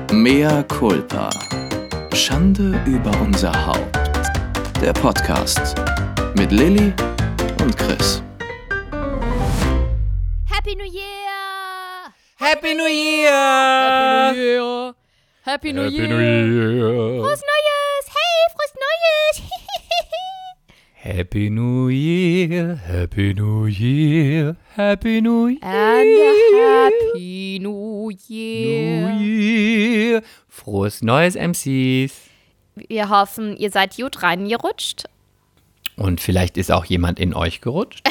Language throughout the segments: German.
Mea culpa. Schande über unser Haupt. Der Podcast mit Lilly und Chris. Happy New Year! Happy New Year! Happy New Year! Happy New Year! Year! Frohes Neues! Hey, frohes Neues! Happy New Year! Happy New Year! Happy New Year! And Happy New Year! New Year! Frohes Neues, MCs! Wir hoffen, ihr seid gut reingerutscht. Und vielleicht ist auch jemand in euch gerutscht.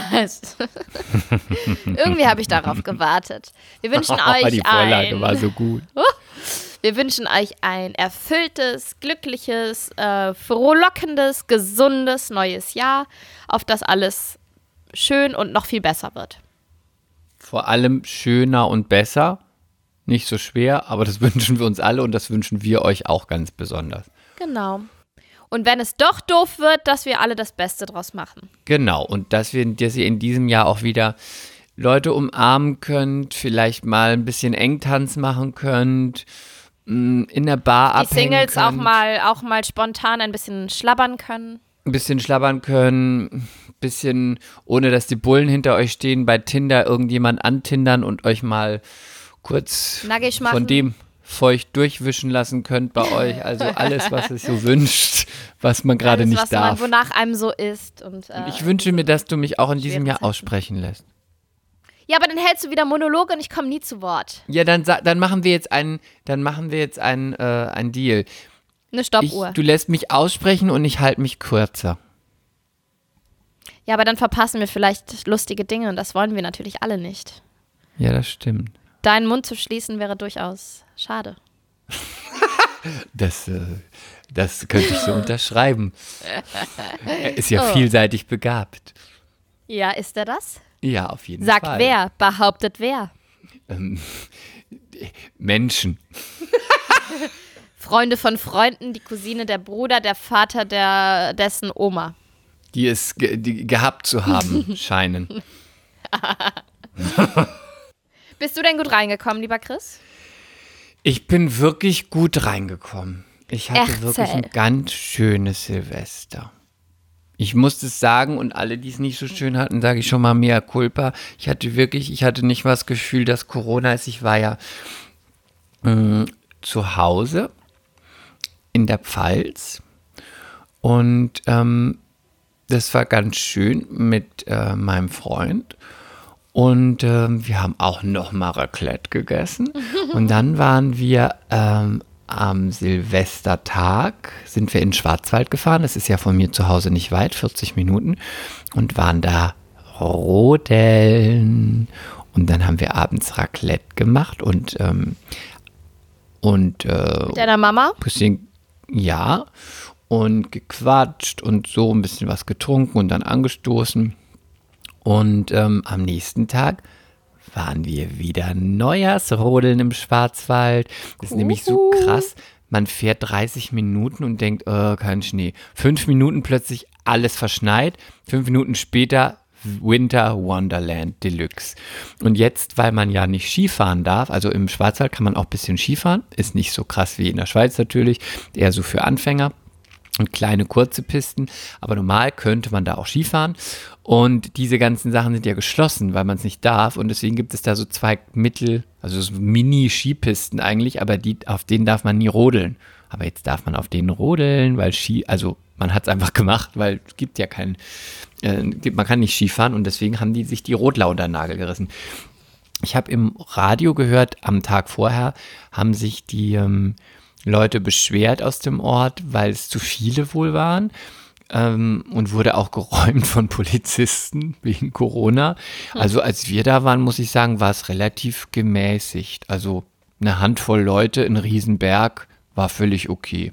Irgendwie habe ich darauf gewartet. Wir wünschen euch Die Vorlage war so gut. Wir wünschen euch ein erfülltes, glückliches, frohlockendes, gesundes neues Jahr, auf das alles schön und noch viel besser wird. Vor allem schöner und besser. Nicht so schwer, aber das wünschen wir uns alle und das wünschen wir euch auch ganz besonders. Genau. Und wenn es doch doof wird, dass wir alle das Beste draus machen. Genau, und dass ihr in diesem Jahr auch wieder Leute umarmen könnt, vielleicht mal ein bisschen Engtanz machen könnt, in der Bar abhängen Die Singles könnt. auch mal spontan ein bisschen schlabbern können. Ein bisschen schlabbern können, ein bisschen, ohne dass die Bullen hinter euch stehen, bei Tinder irgendjemand antindern und euch mal kurz Nackig machen. von dem feucht durchwischen lassen könnt bei euch. Also alles, was es so wünscht, was man gerade Alles, nicht was darf. wonach einem so ist. Und, Ich wünsche mir, dass du mich auch in diesem schwere Jahr Zeiten. aussprechen lässt. Ja, aber dann hältst du wieder Monologe und ich komme nie zu Wort. Ja, dann machen wir jetzt einen Deal. Eine Stoppuhr. Du lässt mich aussprechen und ich halte mich kürzer. Ja, aber dann verpassen wir vielleicht lustige Dinge und das wollen wir natürlich alle nicht. Ja, das stimmt. Deinen Mund zu schließen wäre durchaus schade. Das könnte ich so unterschreiben. Er ist ja vielseitig begabt. Ja, ist er das? Ja, auf jeden Sagt Fall. wer, behauptet wer. Menschen. Freunde von Freunden, die Cousine, der Bruder, der Vater, dessen Oma. Die es gehabt zu haben scheinen. Bist du denn gut reingekommen, lieber Chris? Ich bin wirklich gut reingekommen. Ich hatte wirklich ein ganz schönes Silvester. Ich muss es sagen und alle, die es nicht so schön hatten, sage ich schon mal mea culpa. Ich hatte nicht mal das Gefühl, dass Corona ist. Ich war ja zu Hause in der Pfalz und das war ganz schön mit meinem Freund. Und wir haben auch noch mal Raclette gegessen. Und dann waren wir am Silvestertag, sind wir in den Schwarzwald gefahren. Das ist ja von mir zu Hause nicht weit, 40 Minuten. Und waren da rodeln. Und dann haben wir abends Raclette gemacht. Und Mit deiner Mama? bisschen, ja. Und gequatscht und so ein bisschen was getrunken und dann angestoßen. Und am nächsten Tag waren wir wieder Neujahrsrodeln im Schwarzwald. Das ist nämlich so krass. Man fährt 30 Minuten und denkt, kein Schnee. 5 Minuten plötzlich alles verschneit. 5 Minuten später Winter Wonderland Deluxe. Und jetzt, weil man ja nicht Skifahren darf, also im Schwarzwald kann man auch ein bisschen Skifahren. Ist nicht so krass wie in der Schweiz natürlich. Eher so für Anfänger. Und kleine, kurze Pisten, aber normal könnte man da auch Skifahren und diese ganzen Sachen sind ja geschlossen, weil man es nicht darf und deswegen gibt es da so zwei also so Mini-Skipisten eigentlich, aber auf denen darf man nie rodeln. Aber jetzt darf man auf denen rodeln, weil also man hat es einfach gemacht, weil es gibt ja man kann nicht Skifahren und deswegen haben die sich die Rodler unter den Nagel gerissen. Ich habe im Radio gehört, am Tag vorher haben sich die Leute beschwert aus dem Ort, weil es zu viele wohl waren und wurde auch geräumt von Polizisten wegen Corona. Also als wir da waren, muss ich sagen, war es relativ gemäßigt. Also eine Handvoll Leute, ein Riesenberg, war völlig okay.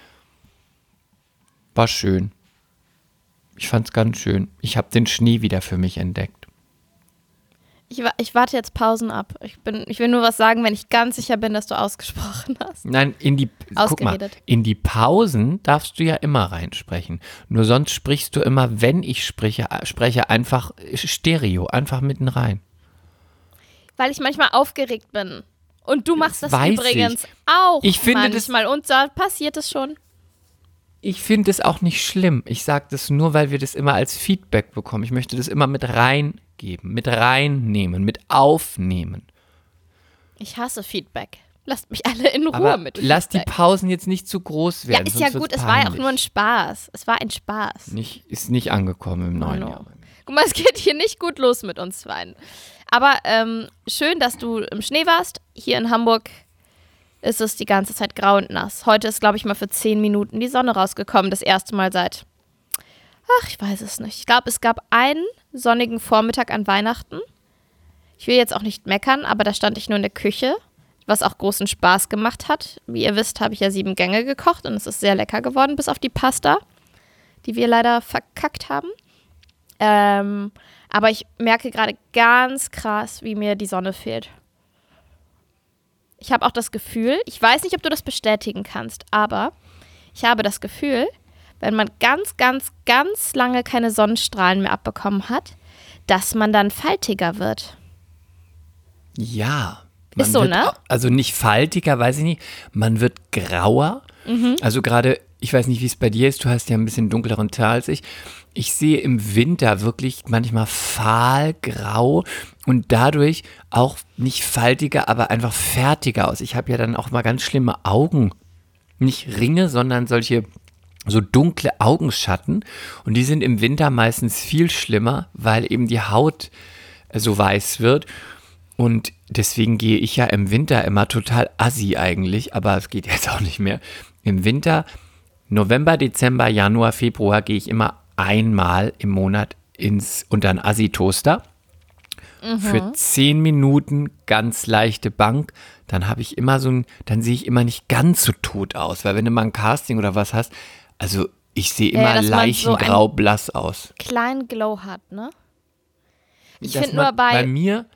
War schön. Ich fand's ganz schön. Ich habe den Schnee wieder für mich entdeckt. Ich warte jetzt Pausen ab. Ich will nur was sagen, wenn ich ganz sicher bin, dass du ausgesprochen hast. Nein, guck mal, in die Pausen darfst du ja immer reinsprechen. Nur sonst sprichst du immer, wenn ich spreche einfach Stereo, einfach mitten rein. Weil ich manchmal aufgeregt bin. Und du machst das weiß übrigens auch Ich finde manchmal. Und da passiert es schon. Ich finde es auch nicht schlimm. Ich sage das nur, weil wir das immer als Feedback bekommen. Ich möchte das immer mit reingeben, mit reinnehmen, mit aufnehmen. Ich hasse Feedback. Lasst mich alle in Ruhe Aber mit lass die Feedback. Pausen jetzt nicht zu groß werden. Ja, ist sonst ja wird's gut, es war ja auch peinlich. nur ein Spaß. Es war ein Spaß. Ist nicht angekommen im neuen No. Jahr. Guck mal, es geht hier nicht gut los mit uns beiden. Aber schön, dass du im Schnee warst. Hier in Hamburg ist es die ganze Zeit grau und nass. Heute ist, glaube ich, mal für 10 Minuten die Sonne rausgekommen. Das erste Mal seit, ich weiß es nicht. Ich glaube, es gab einen sonnigen Vormittag an Weihnachten. Ich will jetzt auch nicht meckern, aber da stand ich nur in der Küche, was auch großen Spaß gemacht hat. Wie ihr wisst, habe ich ja 7 Gänge gekocht und es ist sehr lecker geworden, bis auf die Pasta, die wir leider verkackt haben. Aber ich merke gerade ganz krass, wie mir die Sonne fehlt. Ich habe auch das Gefühl, ich weiß nicht, ob du das bestätigen kannst, aber ich habe das Gefühl, wenn man ganz, ganz, ganz lange keine Sonnenstrahlen mehr abbekommen hat, dass man dann faltiger wird. Ja. Ist so, wird, ne? Also nicht faltiger, weiß ich nicht. Man wird grauer. Also gerade, ich weiß nicht, wie es bei dir ist. Du hast ja ein bisschen dunkleren Teil als ich. Ich sehe im Winter wirklich manchmal fahlgrau und dadurch auch nicht faltiger, aber einfach fertiger aus. Ich habe ja dann auch mal ganz schlimme Augen. Nicht Ringe, sondern solche so dunkle Augenschatten. Und die sind im Winter meistens viel schlimmer, weil eben die Haut so weiß wird. Und deswegen gehe ich ja im Winter immer total assi eigentlich, aber es geht jetzt auch nicht mehr. Im Winter, November, Dezember, Januar, Februar gehe ich immer einmal im Monat unter einen Assi-Toaster. Für 10 Minuten ganz leichte Bank. Dann habe ich immer dann sehe ich immer nicht ganz so tot aus, weil wenn du mal ein Casting oder was hast, also ich sehe immer dass man so leichengrau blass aus. Kleinen Glow hat, ne? Ich Dass finde nur man bei mir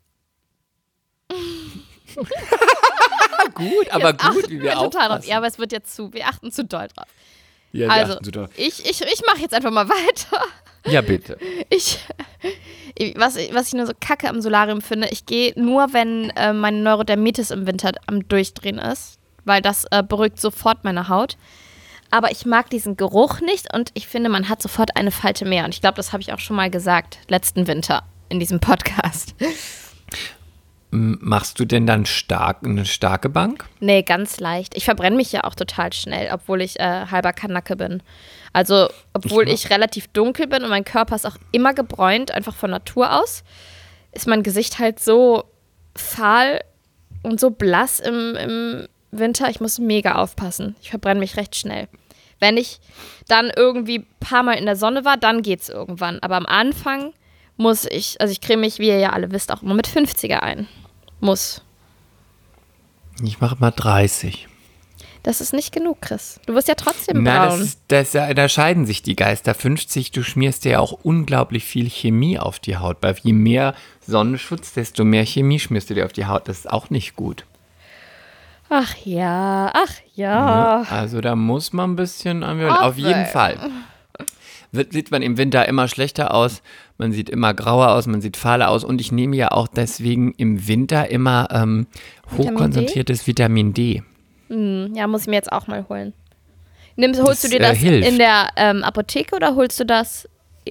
gut, aber Jetzt gut, achten wie wir total drauf. aufpassen. Ja, aber es wird jetzt wir achten zu doll drauf. Ja, wir Also, achten zu doll. ich mache jetzt einfach mal weiter. Ja, bitte. Was ich nur so kacke am Solarium finde, ich gehe nur, wenn meine Neurodermitis im Winter am Durchdrehen ist, weil das beruhigt sofort meine Haut. Aber ich mag diesen Geruch nicht und ich finde, man hat sofort eine Falte mehr. Und ich glaube, das habe ich auch schon mal gesagt, letzten Winter in diesem Podcast. Machst du denn dann eine starke Bank? Nee, ganz leicht. Ich verbrenne mich ja auch total schnell, obwohl ich halber Kanake bin. Also, obwohl ich relativ dunkel bin und mein Körper ist auch immer gebräunt, einfach von Natur aus, ist mein Gesicht halt so fahl und so blass im Winter. Ich muss mega aufpassen. Ich verbrenne mich recht schnell. Wenn ich dann irgendwie ein paar Mal in der Sonne war, dann geht's irgendwann. Aber am Anfang ich creme mich, wie ihr ja alle wisst, auch immer mit 50er ein. Muss. Ich mache mal 30. Das ist nicht genug, Chris. Du wirst ja trotzdem braun. Da scheiden sich die Geister. 50, du schmierst dir ja auch unglaublich viel Chemie auf die Haut. Weil je mehr Sonnenschutz, desto mehr Chemie schmierst du dir auf die Haut. Das ist auch nicht gut. Ach ja. Also da muss man ein bisschen auf jeden Fall. Sieht man im Winter immer schlechter aus, man sieht immer grauer aus, man sieht fahler aus und ich nehme ja auch deswegen im Winter immer hochkonzentriertes Vitamin D. Ja, muss ich mir jetzt auch mal holen. Holst du dir das hilft. in der Apotheke oder holst du das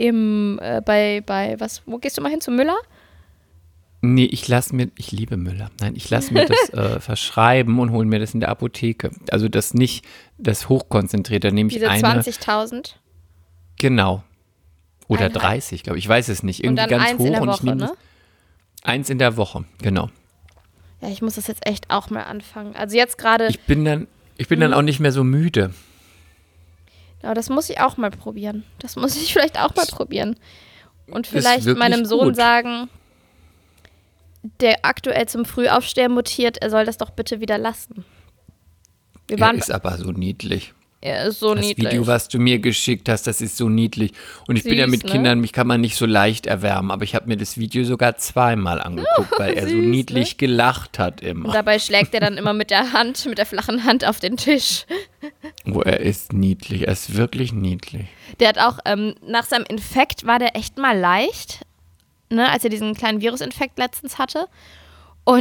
wo gehst du mal hin, zu Müller? Nee, ich liebe Müller. Nein, ich lasse mir das verschreiben und hole mir das in der Apotheke. Also das nicht, das hochkonzentrierte, nehme ich Diese 20.000? Genau. Oder Einheit. 30, glaube ich. Ich weiß es nicht. Irgendwie und dann ganz 1 hoch in der und Woche, ich nehme ne? 1 in der Woche, genau. Ja, ich muss das jetzt echt auch mal anfangen. Also jetzt gerade. Ich bin dann auch nicht mehr so müde. Ja, das muss ich auch mal probieren. Das muss ich vielleicht auch mal probieren. Und vielleicht wirklich meinem Sohn gut. sagen, der aktuell zum Frühaufsteher mutiert, er soll das doch bitte wieder lassen. Er ist aber so niedlich. Er ist so Das niedlich. Video, was du mir geschickt hast, das ist so niedlich. Und ich bin ja mit Süß, ne? Kindern, mich kann man nicht so leicht erwärmen. Aber ich habe mir das Video sogar 2-mal angeguckt, weil er so Süß, niedlich gelacht hat Und immer. dabei schlägt er dann immer mit der flachen Hand auf den Tisch. Oh, er ist niedlich, er ist wirklich niedlich. Der hat auch, nach seinem Infekt war der echt mal leicht, ne, als er diesen kleinen Virusinfekt letztens hatte. Und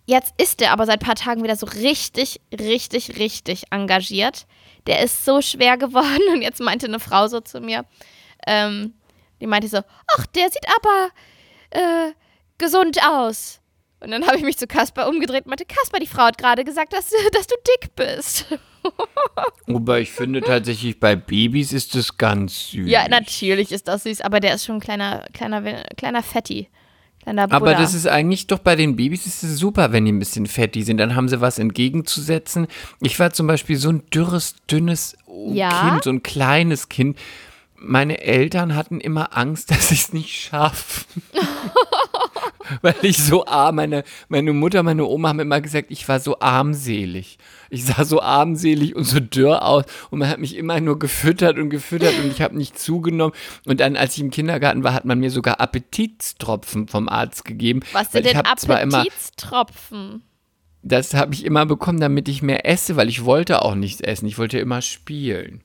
jetzt ist der aber seit ein paar Tagen wieder so richtig, richtig, richtig engagiert. Der ist so schwer geworden und jetzt meinte eine Frau so zu mir, die meinte so, ach, der sieht aber gesund aus. Und dann habe ich mich zu Kasper umgedreht und meinte, Kasper, die Frau hat gerade gesagt, dass du dick bist. Wobei ich finde tatsächlich, bei Babys ist das ganz süß. Ja, natürlich ist das süß, aber der ist schon ein kleiner Fetti. Kleiner Aber Buddha. das ist eigentlich doch bei den Babys ist es super, wenn die ein bisschen fettig sind. Dann haben sie was entgegenzusetzen. Ich war zum Beispiel so ein dünnes Kind, so ein kleines Kind. Meine Eltern hatten immer Angst, dass ich es nicht schaffe. Weil ich so arm, meine Mutter, meine Oma haben immer gesagt, ich war so armselig. Ich sah so armselig und so dürr aus und man hat mich immer nur gefüttert und ich habe nicht zugenommen. Und dann, als ich im Kindergarten war, hat man mir sogar Appetitstropfen vom Arzt gegeben. Was sind denn Appetitstropfen? Das habe ich immer bekommen, damit ich mehr esse, weil ich wollte auch nichts essen. Ich wollte immer spielen.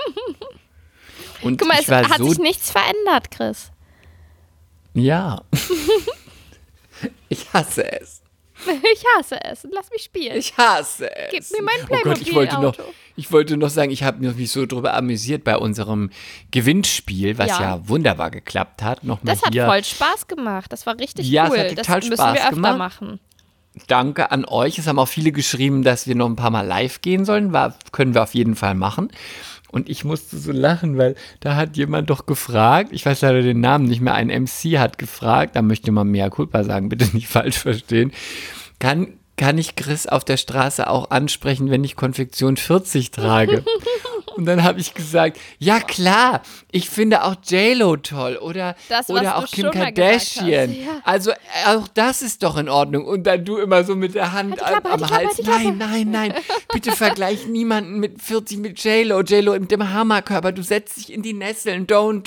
Und Guck mal, ich war es hat so, sich nichts verändert, Chris. ja. Ich hasse es. Ich hasse es. Lass mich spielen. Ich hasse es. Gib mir mein Oh Gott, Playmobil-Auto. ich wollte noch sagen, ich habe mich so drüber amüsiert bei unserem Gewinnspiel, was ja wunderbar geklappt hat. Nochmal Das hat hier. voll Spaß gemacht. Das war richtig Ja, cool. es hat total das müssen Spaß wir öfter gemacht. machen. Danke an euch. Es haben auch viele geschrieben, dass wir noch ein paar Mal live gehen sollen. Können wir auf jeden Fall machen. Und ich musste so lachen, weil da hat jemand doch gefragt, ich weiß leider den Namen nicht mehr, ein MC hat gefragt, da möchte man mea culpa sagen, bitte nicht falsch verstehen, kann ich Chris auf der Straße auch ansprechen, wenn ich Konfektion 40 trage? Und dann habe ich gesagt, ja klar, ich finde auch J-Lo toll oder auch Kim Kardashian. Ja. Also auch das ist doch in Ordnung. Und dann du immer so mit der Hand am Hals. Nein, bitte vergleich niemanden mit 40 mit J-Lo. J-Lo mit dem Hammerkörper, du setzt dich in die Nesseln. Don't.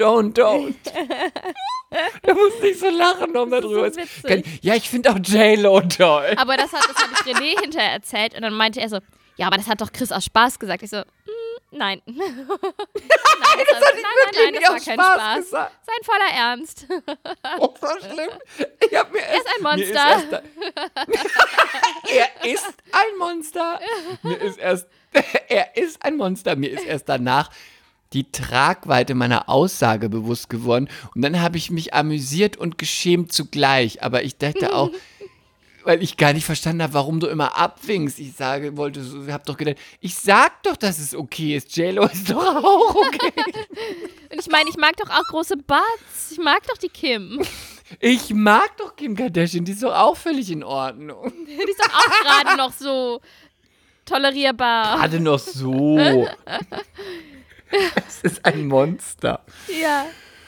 Da musste ich so lachen nochmal drüber. So witzig. Ja, ich finde auch J-Lo toll. Aber das habe ich René hinterher erzählt und dann meinte er so, ja, aber das hat doch Chris aus Spaß gesagt. Ich so, nein. Nein, das war kein Spaß. Gesagt. Sein voller Ernst. Oh, so schlimm. Er ist ein Monster. Er ist ein Monster. Er ist ein Monster. Mir ist erst danach die Tragweite meiner Aussage bewusst geworden. Und dann habe ich mich amüsiert und geschämt zugleich. Aber ich dachte auch, weil ich gar nicht verstanden habe, warum du immer abwinkst. Ich hab doch gedacht, ich sag doch, dass es okay ist. J-Lo ist doch auch okay. Und ich meine, ich mag doch auch große Butts. Ich mag doch die Kim. Ich mag doch Kim Kardashian, die ist doch auch völlig in Ordnung. Die ist doch auch gerade noch so tolerierbar. Gerade noch so. Es ist ein Monster. Ja.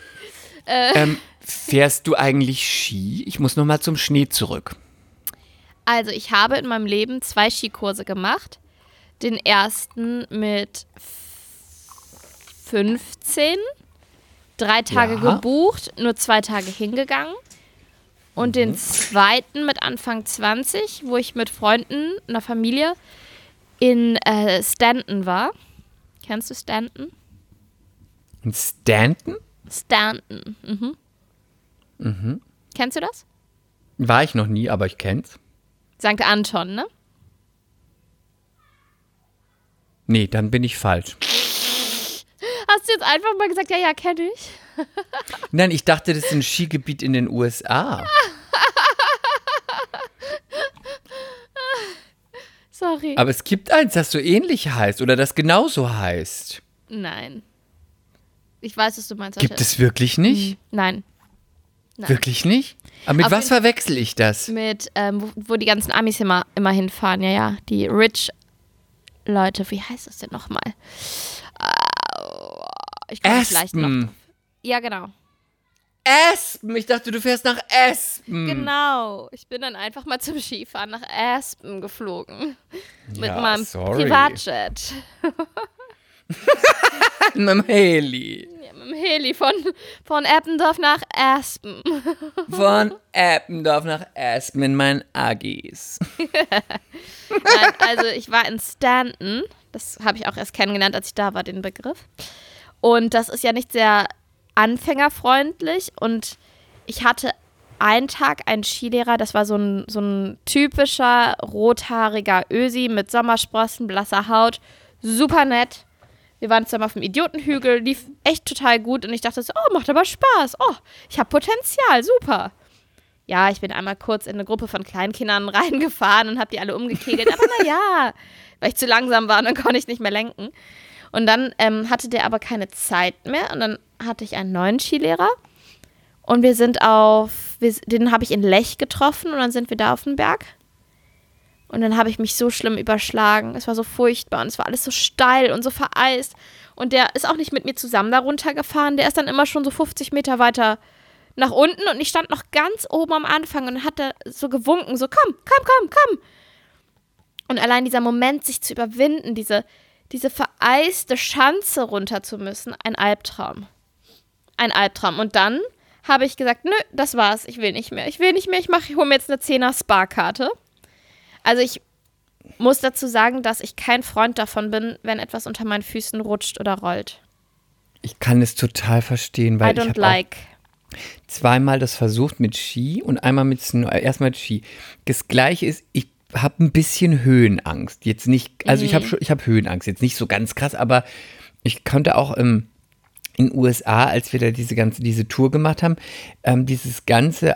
Fährst du eigentlich Ski? Ich muss noch mal zum Schnee zurück. Also ich habe in meinem Leben 2 Skikurse gemacht. Den ersten mit 15, 3 Tage gebucht, nur 2 Tage hingegangen. Und den zweiten mit Anfang 20, wo ich mit Freunden, einer Familie, in Stanton war. Kennst du Stanton? In Stanton? Stanton, Kennst du das? War ich noch nie, aber ich kenn's. St. Anton, ne? Nee, dann bin ich falsch. Hast du jetzt einfach mal gesagt, ja, kenne ich? Nein, ich dachte, das ist ein Skigebiet in den USA. Sorry. Aber es gibt eins, das so ähnlich heißt oder das genauso heißt. Nein. Ich weiß, was du meinst. Gibt es wirklich nicht? Nein. Nein. Wirklich nicht? Aber mit Auf was verwechsel ich das? Mit, wo die ganzen Amis immer hinfahren, ja. Die Rich Leute, wie heißt das denn nochmal? Ich komme vielleicht noch drauf. Ja, genau. Aspen! Ich dachte, du fährst nach Aspen. Genau. Ich bin dann einfach mal zum Skifahren nach Aspen geflogen. Mit Ja, meinem sorry. Privatjet. Mit dem Heli. Ja, mit dem Heli von Eppendorf nach Aspen. Von Eppendorf nach Aspen in meinen Aggies. Nein, also ich war in Stanton. Das habe ich auch erst kennengelernt, als ich da war, den Begriff. Und das ist ja nicht sehr anfängerfreundlich. Und ich hatte einen Tag einen Skilehrer, das war so ein typischer rothaariger Ösi mit Sommersprossen, blasser Haut, super nett. Wir waren zusammen auf dem Idiotenhügel, lief echt total gut und ich dachte so, oh, macht aber Spaß, oh, ich habe Potenzial, super. Ja, ich bin einmal kurz in eine Gruppe von Kleinkindern reingefahren und habe die alle umgekegelt, aber naja, weil ich zu langsam war und dann konnte ich nicht mehr lenken. Und dann hatte der aber keine Zeit mehr und dann hatte ich einen neuen Skilehrer und den habe ich in Lech getroffen und dann sind wir da auf dem Berg. Und dann habe ich mich so schlimm überschlagen. Es war so furchtbar und es war alles so steil und so vereist. Und der ist auch nicht mit mir zusammen da runtergefahren. Der ist dann immer schon so 50 Meter weiter nach unten und ich stand noch ganz oben am Anfang und hat da so gewunken, so komm. Und allein dieser Moment, sich zu überwinden, diese vereiste Schanze runter zu müssen, ein Albtraum. Ein Albtraum. Und dann habe ich gesagt, nö, das war's, ich will nicht mehr. Ich hole mir jetzt eine 10er Spa-Karte. Also ich muss dazu sagen, dass ich kein Freund davon bin, wenn etwas unter meinen Füßen rutscht oder rollt. Ich kann es total verstehen, weil I don't like. Zweimal das versucht mit Ski und einmal erstmal mit Ski. Das Gleiche ist, ich habe ein bisschen Höhenangst. Jetzt nicht, also ich habe Höhenangst, jetzt nicht so ganz krass, aber ich konnte auch in den USA, als wir da diese Tour gemacht haben, dieses Ganze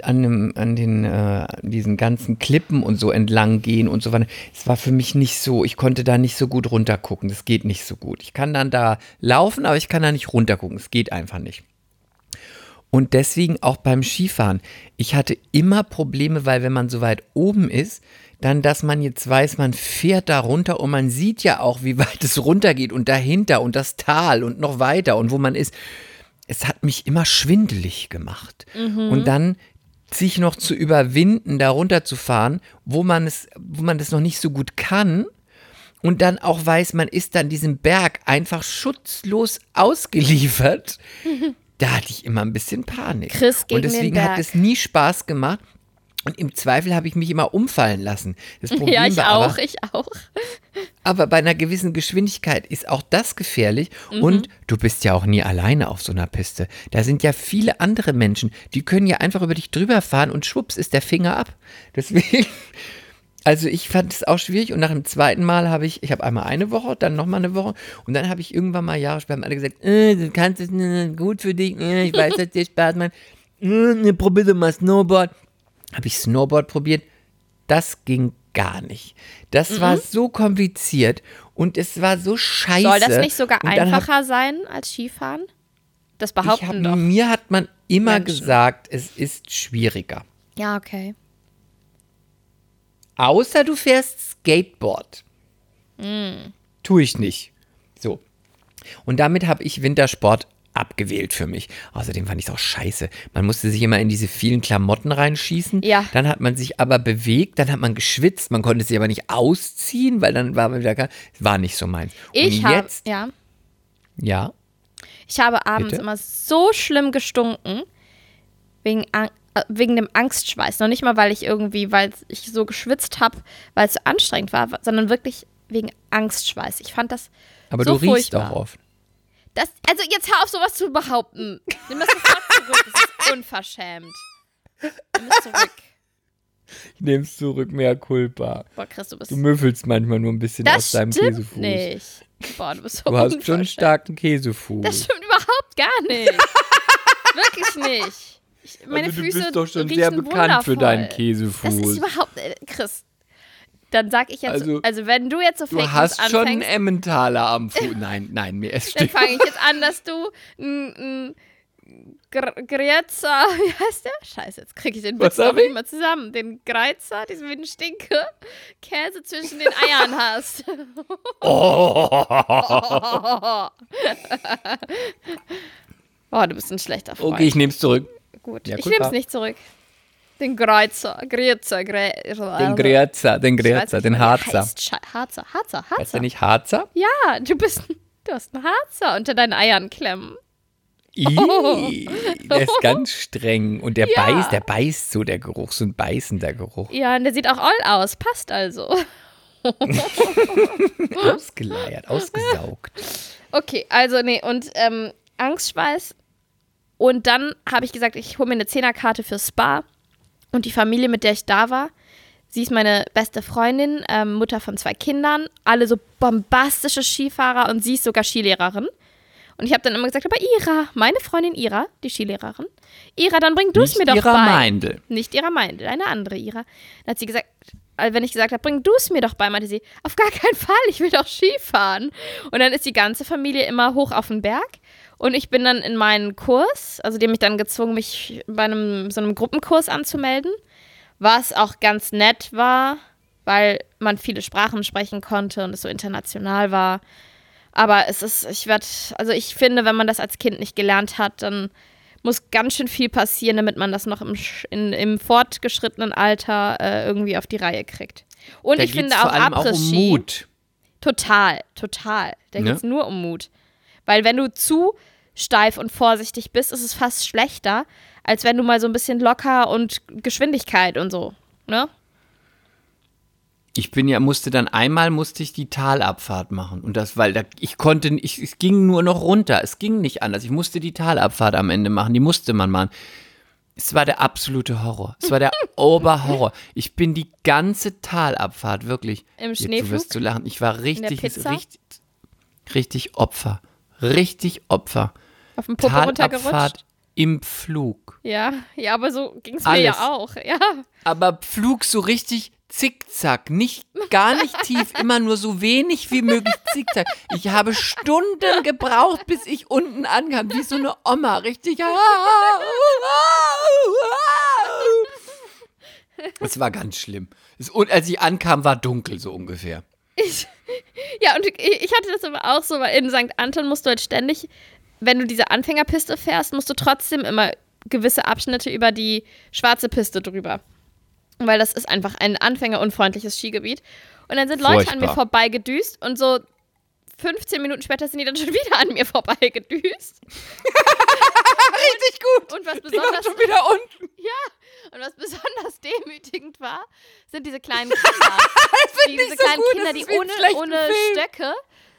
diesen ganzen Klippen und so entlang gehen und so weiter. Es war für mich nicht so, ich konnte da nicht so gut runtergucken. Das geht nicht so gut. Ich kann dann da laufen, aber ich kann da nicht runtergucken. Es geht einfach nicht. Und deswegen auch beim Skifahren. Ich hatte immer Probleme, weil wenn man so weit oben ist, dann, dass man jetzt weiß, man fährt da runter und man sieht ja auch, wie weit es runtergeht und dahinter und das Tal und noch weiter und wo man ist. Es hat mich immer schwindelig gemacht. Und dann sich noch zu überwinden, da runterzufahren, wo man das noch nicht so gut kann und dann auch weiß, man ist dann diesem Berg einfach schutzlos ausgeliefert. Da hatte ich immer ein bisschen Panik. Chris gegen und deswegen den Berg. hat es nie Spaß gemacht. Und im Zweifel habe ich mich immer umfallen lassen. Das Problem Ja, ich war auch. aber bei einer gewissen Geschwindigkeit ist auch das gefährlich. Und du bist ja auch nie alleine auf so einer Piste. Da sind ja viele andere Menschen, die können ja einfach über dich drüber fahren und schwupps ist der Finger ab. Deswegen, also ich fand es auch schwierig und nach dem zweiten Mal habe ich einmal eine Woche, dann nochmal eine Woche und dann habe ich irgendwann mal Jahre später alle gesagt, du kannst es gut für dich, ich weiß, dass dir Spaß macht, probier doch mal Snowboard. Habe ich Snowboard probiert, das ging gar nicht. Das war so kompliziert und es war so scheiße. Soll das nicht sogar einfacher sein als Skifahren? Das behaupten doch. Mir hat man immer Menschen gesagt, es ist schwieriger. Ja, okay. Außer du fährst Skateboard. Tue ich nicht. So. Und damit habe ich Wintersport abgewählt für mich. Außerdem fand ich es auch scheiße. Man musste sich immer in diese vielen Klamotten reinschießen. Ja. Dann hat man sich aber bewegt, dann hat man geschwitzt. Man konnte sich aber nicht ausziehen, weil dann war man wieder war nicht so meins. Ich habe abends Bitte? immer so schlimm gestunken wegen dem Angstschweiß. Noch nicht mal, weil ich so geschwitzt habe, weil es so anstrengend war, sondern wirklich wegen Angstschweiß. Ich fand das aber so du riechst furchtbar. auch oft. Also jetzt hör auf, sowas zu behaupten. Nimm das sofort zurück. Das ist unverschämt. Nimm es zurück. Ich nehme es zurück, mehr Culpa. Boah, Chris, du bist... Du müffelst manchmal nur ein bisschen aus deinem stimmt Käsefuß. nicht. Boah, du bist so Du hast schon einen unverschämt. starken Käsefuß. Das stimmt überhaupt gar nicht. Wirklich nicht. Meine also du Füße bist doch schon riechen sehr bekannt für wundervoll. deinen Käsefuß. Das ist überhaupt... Chris, dann sag ich jetzt... Also wenn du jetzt so Fake Du hast News schon einen anfängst, Emmentaler am Fuß. Nein, mir ist dann fange ich jetzt an, dass du ein Greza, wie heißt der? Scheiße, jetzt kriege ich den Witz noch nicht mal zusammen. Den Greizer, diesen wie ein Stinke, Käse zwischen den Eiern hast. Oh, du bist ein schlechter Freund. Okay, ich nehme es zurück. Gut, Ja, ich gut, nehme es war. nicht zurück. Den Greza, Den Greza, den Harzer. Harzer. Heißt der nicht Harzer? Ja, du hast einen Harzer unter deinen Eiern klemmen. Der ist ganz streng und der beißt so, der Geruch, so ein beißender Geruch. Ja, und der sieht auch all aus, passt also. Ausgeleiert, ausgesaugt. Okay, also nee, und Angstschweiß Und dann habe ich gesagt, ich hole mir eine 10er-Karte für Spa. Und die Familie, mit der ich da war, sie ist meine beste Freundin, Mutter von 2 Kindern, alle so bombastische Skifahrer und sie ist sogar Skilehrerin. Und ich habe dann immer gesagt, aber Ira, meine Freundin Ira, die Skilehrerin, Ira, dann bring du es mir doch Ira bei. Meindl. Nicht Ira Meindl, eine andere Ira. Dann hat sie gesagt, wenn ich gesagt habe, bring du es mir doch bei, meinte sie, auf gar keinen Fall, ich will doch Skifahren. Und dann ist die ganze Familie immer hoch auf den Berg. Und ich bin dann in meinen Kurs, also die haben mich dann gezwungen, mich bei so einem Gruppenkurs anzumelden, was auch ganz nett war, weil man viele Sprachen sprechen konnte und es so international war. Aber ich finde, wenn man das als Kind nicht gelernt hat, dann muss ganz schön viel passieren, damit man das noch im fortgeschrittenen Alter irgendwie auf die Reihe kriegt. Und Da ich finde geht's vor auch allem Après-Ski. um Mut. Total. Da geht es nur um Mut. Weil wenn du zu steif und vorsichtig bist, ist es fast schlechter, als wenn du mal so ein bisschen locker und Geschwindigkeit und so, ne? Musste ich die Talabfahrt machen. Und das, weil es ging nur noch runter. Es ging nicht anders. Ich musste die Talabfahrt am Ende machen. Die musste man machen. Es war der absolute Horror. Es war der Oberhorror. Ich bin die ganze Talabfahrt wirklich. Im Jetzt, Schneeflug? du wirst zu lachen. Ich war richtig Opfer. Richtig Opfer. Auf dem Popo runtergerutscht? Talabfahrt im Flug. Ja, aber so ging es mir Alles. ja auch, ja. Aber Flug so richtig zickzack, gar nicht tief, immer nur so wenig wie möglich zickzack. Ich habe Stunden gebraucht, bis ich unten ankam, wie so eine Oma, richtig. Es war ganz schlimm. Und als ich ankam, war dunkel, so ungefähr. Ja, und ich hatte das aber auch so, weil in St. Anton musst du halt ständig, wenn du diese Anfängerpiste fährst, musst du trotzdem immer gewisse Abschnitte über die schwarze Piste drüber. Weil das ist einfach ein anfängerunfreundliches Skigebiet. Und dann sind Leute an mir vorbeigedüst und so 15 Minuten später sind die dann schon wieder an mir vorbeigedüst. Richtig gut. Und was Die waren besonders schon wieder unten. Ja, und was besonders demütigend war, sind diese kleinen Kinder. Diese so kleinen gut, Kinder, das die ist wie im ohne schlechten Film. Stöcke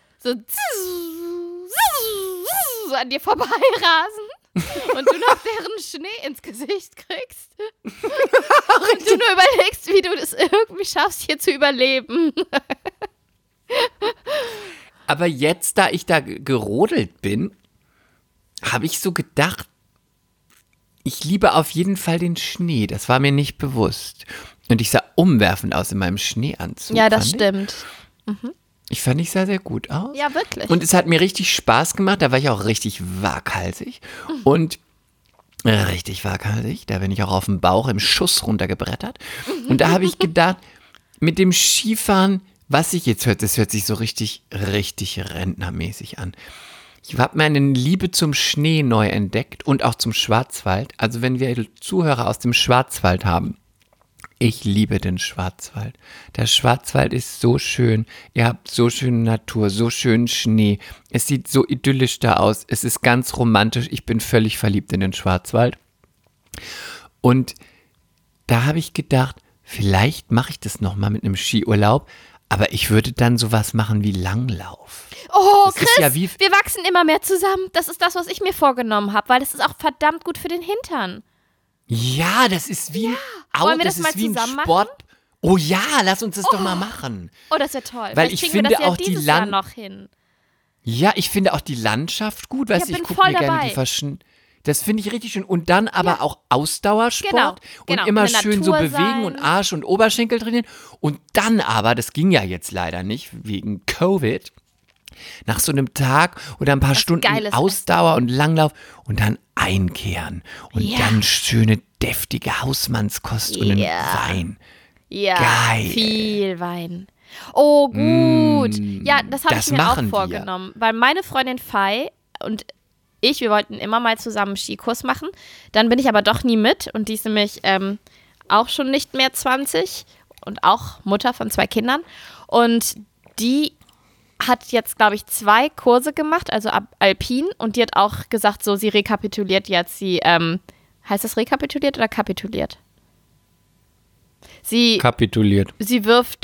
so an dir vorbeirasen und du noch deren Schnee ins Gesicht kriegst. Und du nur überlegst, wie du das irgendwie schaffst, hier zu überleben. Aber jetzt, da ich da gerodelt bin, habe ich so gedacht, ich liebe auf jeden Fall den Schnee. Das war mir nicht bewusst. Und ich sah umwerfend aus in meinem Schneeanzug. Ja, das stimmt. Ich fand, ich sah sehr gut aus. Ja, wirklich. Und es hat mir richtig Spaß gemacht. Da war ich auch richtig waghalsig. Und richtig waghalsig. Da bin ich auch auf dem Bauch im Schuss runtergebrettert. Und da habe ich gedacht, mit dem Skifahren, was ich jetzt hört, das hört sich so richtig rentnermäßig an. Ich habe meine Liebe zum Schnee neu entdeckt und auch zum Schwarzwald. Also wenn wir Zuhörer aus dem Schwarzwald haben, ich liebe den Schwarzwald. Der Schwarzwald ist so schön. Ihr habt so schöne Natur, so schönen Schnee. Es sieht so idyllisch da aus. Es ist ganz romantisch. Ich bin völlig verliebt in den Schwarzwald. Und da habe ich gedacht, vielleicht mache ich das nochmal mit einem Skiurlaub. Aber ich würde dann sowas machen wie Langlauf. Oh, Das Chris, ist ja wie- wir wachsen immer mehr zusammen. Das ist das, was ich mir vorgenommen habe, weil das ist auch verdammt gut für den Hintern. Ja, das ist wie ein Wollen wir das das mal ist wie ein zusammen machen? Sport. Oh ja, lass uns das doch mal machen. Oh, das wäre toll. Weil Vielleicht ich kriegen finde wir das ja auch die dieses Jahr Land- noch hin. Ja, ich finde auch die Landschaft gut. Weißt du, bin ich gucke voll mir gerne dabei. die verschiedenen. Das finde ich richtig schön. Und dann aber auch Ausdauersport. Genau, Und immer in der schön so Natur bewegen und sein. Arsch und Oberschenkel trainieren. Und dann aber, das ging ja jetzt leider nicht, wegen Covid, nach so einem Tag oder ein paar Stunden Geiles Ausdauer und Langlauf und dann einkehren. Und Ja. dann schöne, deftige Hausmannskost und einen Ja. Wein. Ja, Geil. viel Wein. Oh, gut. Ja, das habe ich das mir auch machen wir. vorgenommen. Weil meine Freundin Fei und wir wollten immer mal zusammen einen Skikurs machen. Dann bin ich aber doch nie mit. Und die ist nämlich auch schon nicht mehr 20 und auch Mutter von 2 Kindern. Und die hat jetzt, glaube ich, 2 Kurse gemacht, also Alpin. Und die hat auch gesagt, so, sie rekapituliert jetzt. Heißt das rekapituliert oder kapituliert? Kapituliert. Sie wirft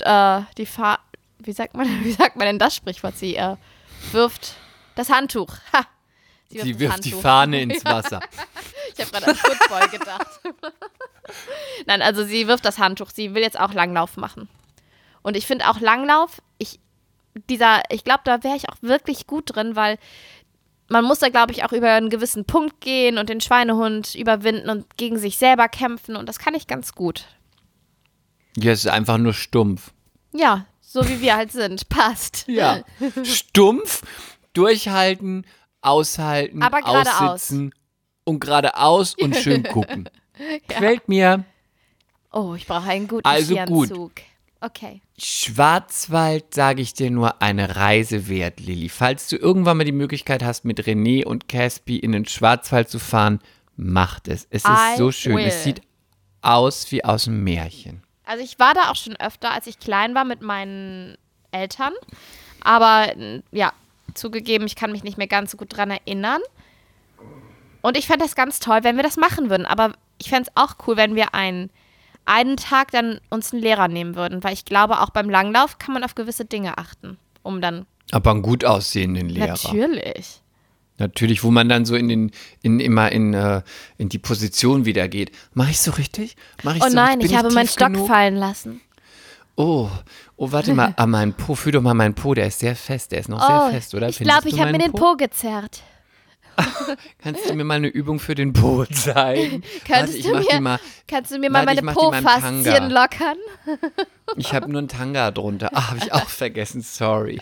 wie sagt man denn das Sprichwort? Sie wirft das Handtuch. Ha! Sie das wirft die Handtuch. Fahne ins Wasser. Ich habe gerade an Football gedacht. Nein, also sie wirft das Handtuch. Sie will jetzt auch Langlauf machen. Und ich finde auch Langlauf, ich glaube, da wäre ich auch wirklich gut drin, weil man muss da, glaube ich, auch über einen gewissen Punkt gehen und den Schweinehund überwinden und gegen sich selber kämpfen. Und das kann ich ganz gut. Ja, es ist einfach nur stumpf. Ja, so wie wir halt sind. Passt. Ja. Stumpf, durchhalten, aushalten, Aber geradeaus. aussitzen und geradeaus und schön gucken. Gefällt mir. Oh, ich brauche einen guten Also Skianzug. Okay. Schwarzwald, sage ich dir nur, eine Reise wert, Lilly. Falls du irgendwann mal die Möglichkeit hast, mit René und Caspi in den Schwarzwald zu fahren, macht es. Es ist so schön. Es sieht aus wie aus einem Märchen. Also ich war da auch schon öfter, als ich klein war mit meinen Eltern. Aber ja, zugegeben, ich kann mich nicht mehr ganz so gut dran erinnern. Und ich fände das ganz toll, wenn wir das machen würden. Aber ich fände es auch cool, wenn wir einen Tag dann uns einen Lehrer nehmen würden. Weil ich glaube, auch beim Langlauf kann man auf gewisse Dinge achten, um dann... Aber einen gut aussehenden Lehrer. Natürlich. Natürlich, wo man dann so in die Position wieder geht. Mach ich so richtig? Oh nein, ich habe meinen Stock fallen lassen. Oh, warte mal, meinen Po, fühl doch mal meinen Po, der ist sehr fest, der ist noch sehr fest, oder? Ich glaube, ich habe mir den Po gezerrt. Kannst du mir mal eine Übung für den Po zeigen? Kannst du mir mal meine Po-Faszien lockern? Ich habe nur einen Tanga drunter. Habe ich auch vergessen, sorry.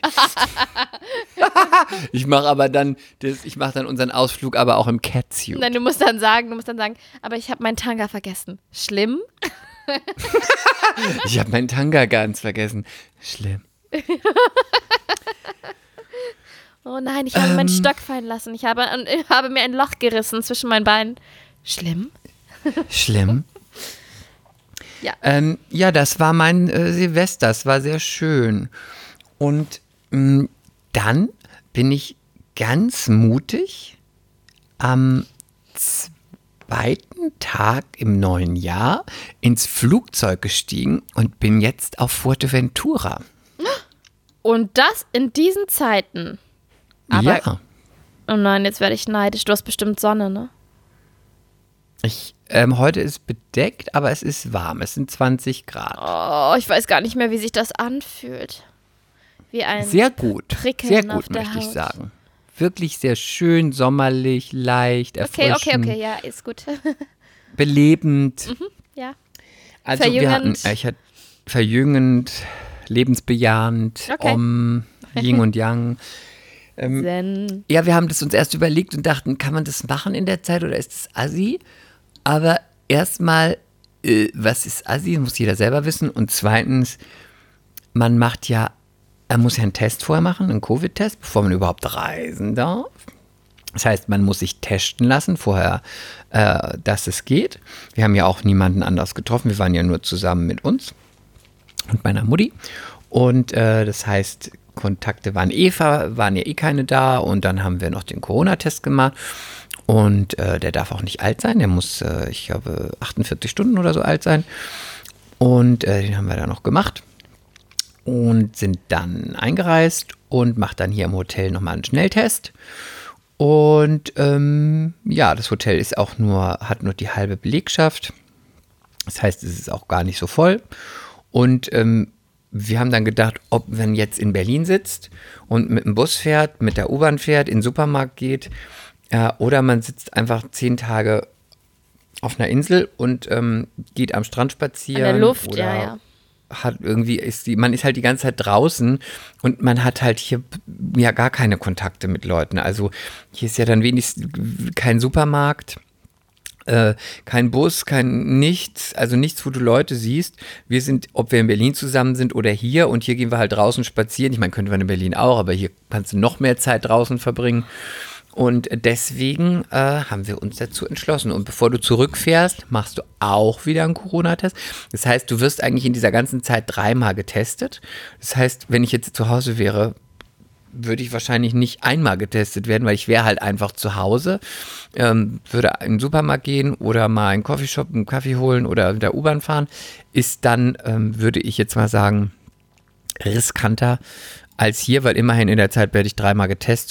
Ich mache dann unseren Ausflug aber auch im Catsuit. Nein, du musst dann sagen, aber ich habe meinen Tanga vergessen. Schlimm? Ich habe meinen Tanga ganz vergessen. Schlimm. Oh nein, ich habe meinen Stock fallen lassen. Ich habe mir ein Loch gerissen zwischen meinen Beinen. Schlimm? Schlimm? Ja. Ja, das war mein Silvester. Das war sehr schön. Und dann bin ich ganz mutig am zweiten Tag im neuen Jahr ins Flugzeug gestiegen und bin jetzt auf Fuerteventura. Und das in diesen Zeiten? Aber, ja. Oh nein, jetzt werde ich neidisch. Du hast bestimmt Sonne, ne? Heute ist bedeckt, aber es ist warm. Es sind 20 Grad. Oh, ich weiß gar nicht mehr, wie sich das anfühlt. Wie ein sehr gut. Prickeln sehr gut, auf der möchte ich Haut. sagen. Wirklich sehr schön, sommerlich, leicht, erfrischend. Okay, ja, ist gut. Belebend. Ja. Also verjüngend. Verjüngend, lebensbejahend, Yin und Yang. Zen. Ja, wir haben das uns erst überlegt und dachten, kann man das machen in der Zeit oder ist das assi? Aber erstmal, was ist assi? Muss jeder selber wissen. Und zweitens, er muss ja einen Test vorher machen, einen Covid-Test, bevor man überhaupt reisen darf. Das heißt, man muss sich testen lassen vorher, dass es geht. Wir haben ja auch niemanden anders getroffen. Wir waren ja nur zusammen mit uns und meiner Mutti. Und das heißt, Kontakte waren ja eh keine da. Und dann haben wir noch den Corona-Test gemacht. Und der darf auch nicht alt sein. Der muss, ich glaube, 48 Stunden oder so alt sein. Und den haben wir dann noch gemacht. Und sind dann eingereist und macht dann hier im Hotel nochmal einen Schnelltest. Und das Hotel hat nur die halbe Belegschaft. Das heißt, es ist auch gar nicht so voll. Und wir haben dann gedacht, ob man jetzt in Berlin sitzt und mit dem Bus fährt, mit der U-Bahn fährt, in den Supermarkt geht, oder man sitzt einfach 10 Tage auf einer Insel und geht am Strand spazieren. An der Luft, oder ja. Man ist halt die ganze Zeit draußen und man hat halt hier ja gar keine Kontakte mit Leuten. Also hier ist ja dann wenigstens kein Supermarkt, kein Bus, nichts, also nichts, wo du Leute siehst. Ob wir in Berlin zusammen sind oder hier, und hier gehen wir halt draußen spazieren. Ich meine, könnte man in Berlin auch, aber hier kannst du noch mehr Zeit draußen verbringen. Und deswegen haben wir uns dazu entschlossen. Und bevor du zurückfährst, machst du auch wieder einen Corona-Test. Das heißt, du wirst eigentlich in dieser ganzen Zeit 3-mal getestet. Das heißt, wenn ich jetzt zu Hause wäre, würde ich wahrscheinlich nicht einmal getestet werden, weil ich wäre halt einfach zu Hause, würde in den Supermarkt gehen oder mal in einen Coffeeshop einen Kaffee holen oder mit der U-Bahn fahren. Ist dann, würde ich jetzt mal sagen, riskanter als hier, weil immerhin in der Zeit werde ich 3-mal getestet.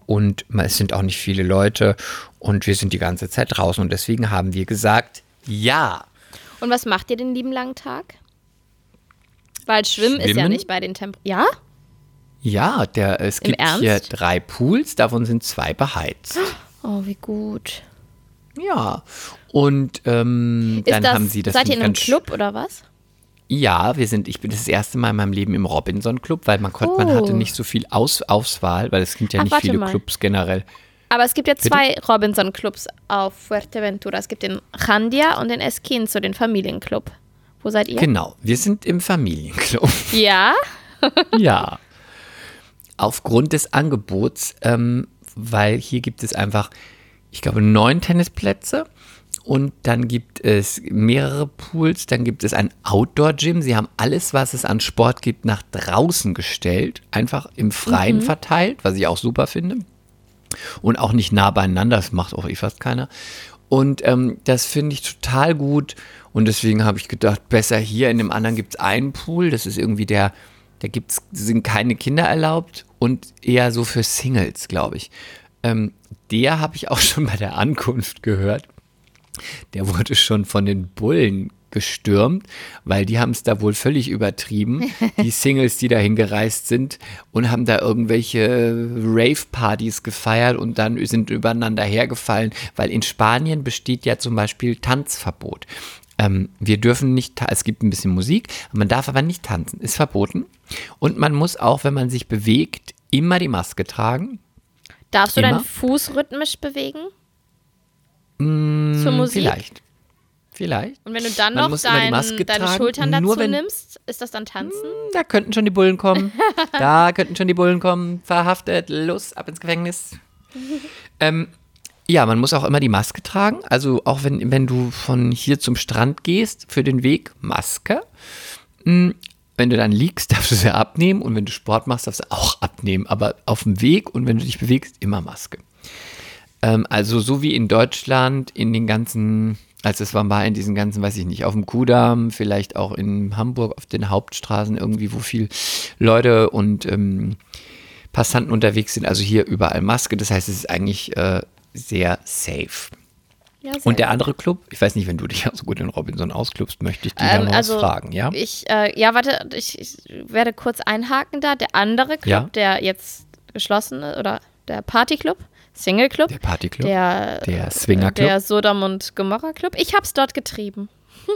und es sind auch nicht viele Leute und wir sind die ganze Zeit draußen und deswegen haben wir gesagt, ja. Und was macht ihr den lieben langen Tag? Weil Schwimmen ist ja nicht bei den Ja? Ja, es gibt hier 3 Pools, davon sind 2 beheizt. Oh, wie gut. Ja, und dann haben sie das. Seid ihr in einem Club oder was? Ja, ich bin das erste Mal in meinem Leben im Robinson Club, weil man hatte nicht so viel Auswahl, weil es gibt ja nicht viele Clubs generell. Aber es gibt ja 2 Robinson Clubs auf Fuerteventura. Es gibt den Jandia und den Esquinzo, den Familienclub. Wo seid ihr? Genau, wir sind im Familienclub. Ja? Ja. Aufgrund des Angebots, weil hier gibt es einfach, ich glaube, 9 Tennisplätze und dann gibt es mehrere Pools, dann gibt es ein Outdoor-Gym. Sie haben alles, was es an Sport gibt, nach draußen gestellt, einfach im Freien verteilt, was ich auch super finde. Und auch nicht nah beieinander, das macht auch fast keiner. Und das finde ich total gut und deswegen habe ich gedacht, besser hier, in dem anderen gibt es einen Pool, das ist irgendwie sind keine Kinder erlaubt und eher so für Singles, glaube ich. Der habe ich auch schon bei der Ankunft gehört. Der wurde schon von den Bullen gestürmt, weil die haben es da wohl völlig übertrieben, die Singles, die dahin gereist sind und haben da irgendwelche Rave-Partys gefeiert und dann sind übereinander hergefallen, weil in Spanien besteht ja zum Beispiel Tanzverbot. Wir dürfen nicht, es gibt ein bisschen Musik, man darf aber nicht tanzen, ist verboten und man muss auch, wenn man sich bewegt, immer die Maske tragen. Darfst du deinen Fuß rhythmisch bewegen? Zur Musik? Vielleicht. Und wenn du dann noch deine Schultern dazu nimmst, ist das dann Tanzen? Da könnten schon die Bullen kommen. Verhaftet, los, ab ins Gefängnis. Ja, man muss auch immer die Maske tragen. Also auch wenn du von hier zum Strand gehst, für den Weg, Maske. Wenn du dann liegst, darfst du sie abnehmen. Und wenn du Sport machst, darfst du auch abnehmen. Aber auf dem Weg und wenn du dich bewegst, immer Maske. Also so wie in Deutschland, in den ganzen, als es war in diesen ganzen, weiß ich nicht, auf dem Kudamm, vielleicht auch in Hamburg auf den Hauptstraßen irgendwie, wo viel Leute und Passanten unterwegs sind. Also hier überall Maske. Das heißt, es ist eigentlich sehr safe. Ja, und der andere Club, ich weiß nicht, wenn du dich auch so gut in Robinson ausklubst, möchte ich dich da noch was fragen, ja? Ich werde kurz einhaken da. Der andere Club, der jetzt geschlossen ist, oder der Partyclub, Single Club. Der Partyclub, der Swinger Club. Der Sodom und Gomorra Club. Ich hab's dort getrieben.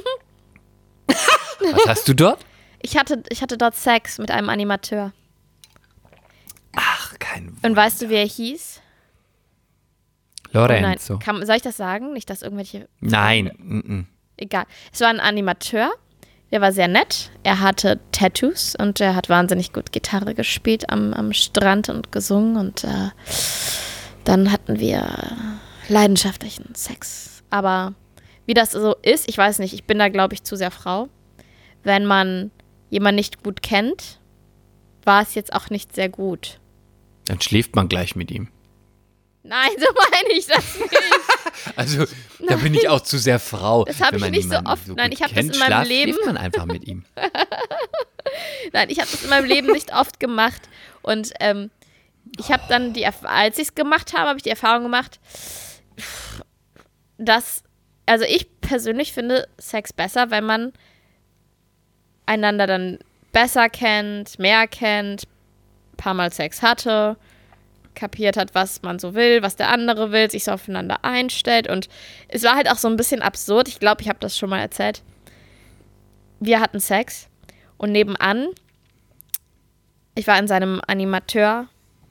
Was hast du dort? Ich hatte dort Sex mit einem Animateur. Ach, kein Wunder. Und weißt du, wie er hieß? Lorenzo. Oh nein. Soll ich das sagen? Nicht, dass irgendwelche... Nein. Egal. Es war ein Animateur. Der war sehr nett. Er hatte Tattoos und er hat wahnsinnig gut Gitarre gespielt am Strand und gesungen. Und dann hatten wir leidenschaftlichen Sex. Aber wie das so ist, ich weiß nicht. Ich bin da, glaube ich, zu sehr Frau. Wenn man jemanden nicht gut kennt, war es jetzt auch nicht sehr gut. Dann schläft man gleich mit ihm. Nein, so meine ich das nicht. Also, da bin ich auch zu sehr Frau. Das habe ich nicht so oft. Nein, ich habe das in meinem Leben. Schläft man einfach mit ihm. Nein, ich habe das in meinem Leben nicht oft gemacht. Und ich habe dann als ich es gemacht habe, habe ich die Erfahrung gemacht, dass, also ich persönlich finde Sex besser, wenn man einander dann besser kennt, mehr kennt, ein paar Mal Sex hatte, kapiert hat, was man so will, was der andere will, sich so aufeinander einstellt. Und es war halt auch so ein bisschen absurd. Ich glaube, ich habe das schon mal erzählt. Wir hatten Sex und nebenan, ich war in seinem Animateurzimmer.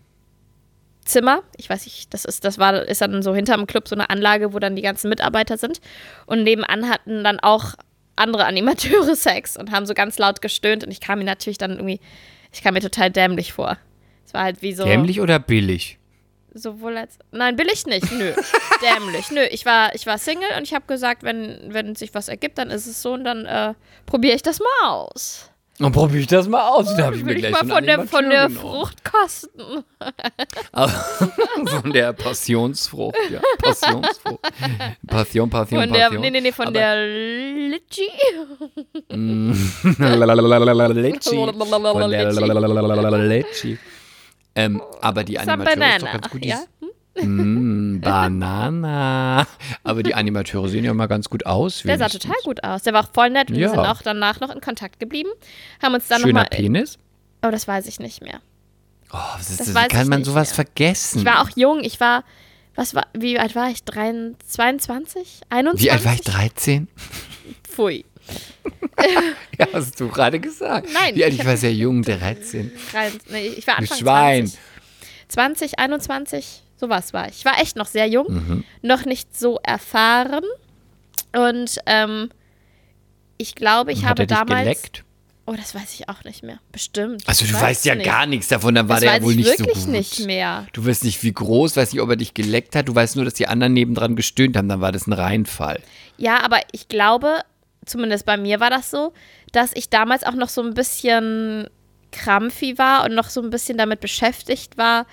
Ich weiß nicht, ist dann so hinterm Club so eine Anlage, wo dann die ganzen Mitarbeiter sind. Und nebenan hatten dann auch andere Animateure Sex und haben so ganz laut gestöhnt. Und ich kam mir total dämlich vor. Es war halt wie so. Dämlich oder billig? Sowohl als. Nein, billig nicht. Nö. Dämlich. Nö. Ich war Single und ich habe gesagt, wenn sich was ergibt, dann ist es so und dann probiere ich das mal aus. Dann probiere ich das mal aus. Da habe ich mir gleich mal von der Frucht kosten. Von der Passionsfrucht, ja. Passionsfrucht. Passion. Von der Litchi. Litchi. Aber die Some Animateure ist doch banana. ganz gut. Ja? Banana. Aber die Animateure sehen ja mal ganz gut aus. Der sah wenigstens. total gut aus. Der war auch voll nett und wir Ja. sind auch danach noch in Kontakt geblieben. Haben uns dann Schöner nochmal. Penis. Oh, das weiß ich nicht mehr. Oh, was ist Das das? weiß Wie kann ich man nicht sowas mehr. vergessen? Ich war auch jung. Wie alt war ich? 22? 21? Wie alt war ich? 13? Pfui. Ja, hast du gerade gesagt. Nein, Wie alt? ich Ich war sehr jung, 13. Nee, ich war Du Anfang Schwein. 20, 21, sowas war ich. Ich war echt noch sehr jung, Mhm. noch nicht so erfahren. Und ich glaube, ich Hat habe er dich damals. geleckt? Oh, das weiß ich auch nicht mehr. Bestimmt. Also Ich du weiß weißt ja nicht. gar nichts davon, dann war Das der ja weiß wohl ich nicht so wirklich gut. nicht mehr. Du weißt nicht, wie groß, weißt nicht, ob er dich geleckt hat. Du weißt nur, dass die anderen nebendran gestöhnt haben. Dann war das ein Reinfall. Ja, aber ich glaube, zumindest bei mir war das so, dass ich damals auch noch so ein bisschen krampfi war und noch so ein bisschen damit beschäftigt war,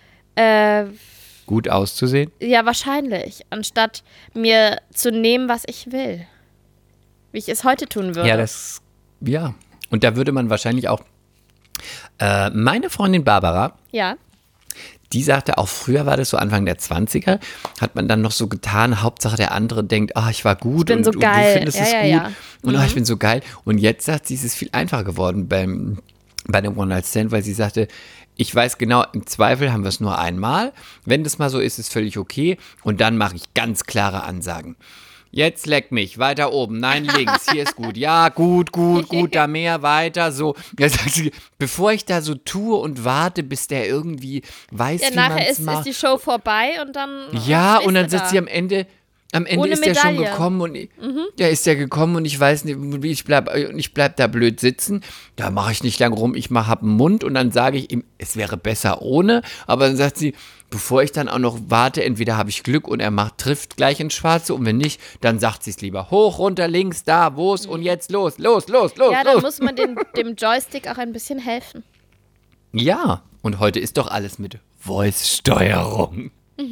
Gut auszusehen. ja, wahrscheinlich, anstatt mir zu nehmen, was ich will. Wie ich es heute tun würde. Ja. Und da würde man wahrscheinlich auch, meine Freundin Barbara, Ja. die sagte, auch früher war das so Anfang der 20er, hat man dann noch so getan, Hauptsache der andere denkt, ich war gut bin und, so und geil. du findest Ja, es ja, gut ja. und ich bin so geil. Und jetzt sagt sie, es ist viel einfacher geworden bei dem One-Night-Stand, weil sie sagte, ich weiß genau, im Zweifel haben wir es nur einmal. Wenn das mal so ist, ist völlig okay. Und dann mache ich ganz klare Ansagen. Jetzt leck mich, weiter oben, nein, links, hier ist gut, ja, gut, da mehr, weiter, so. Ja, sagt sie, bevor ich da so tue und warte, bis der irgendwie weiß, Ja, wie man nachher es macht. ist die Show vorbei und dann. Ja, stehst und dann du sitzt da. sie am Ende Ohne ist der schon Medaille. gekommen und der ist ja gekommen und ich weiß nicht, wie ich bleib da blöd sitzen. Da mache ich nicht lange rum, hab einen Mund und dann sage ich ihm, es wäre besser ohne. Aber dann sagt sie, bevor ich dann auch noch warte, entweder habe ich Glück und trifft gleich ins Schwarze und wenn nicht, dann sagt sie es lieber. Hoch, runter, links, da, wo es und jetzt los. Ja, dann los. muss man dem Joystick auch ein bisschen helfen. Ja, und heute ist doch alles mit Voice-Steuerung.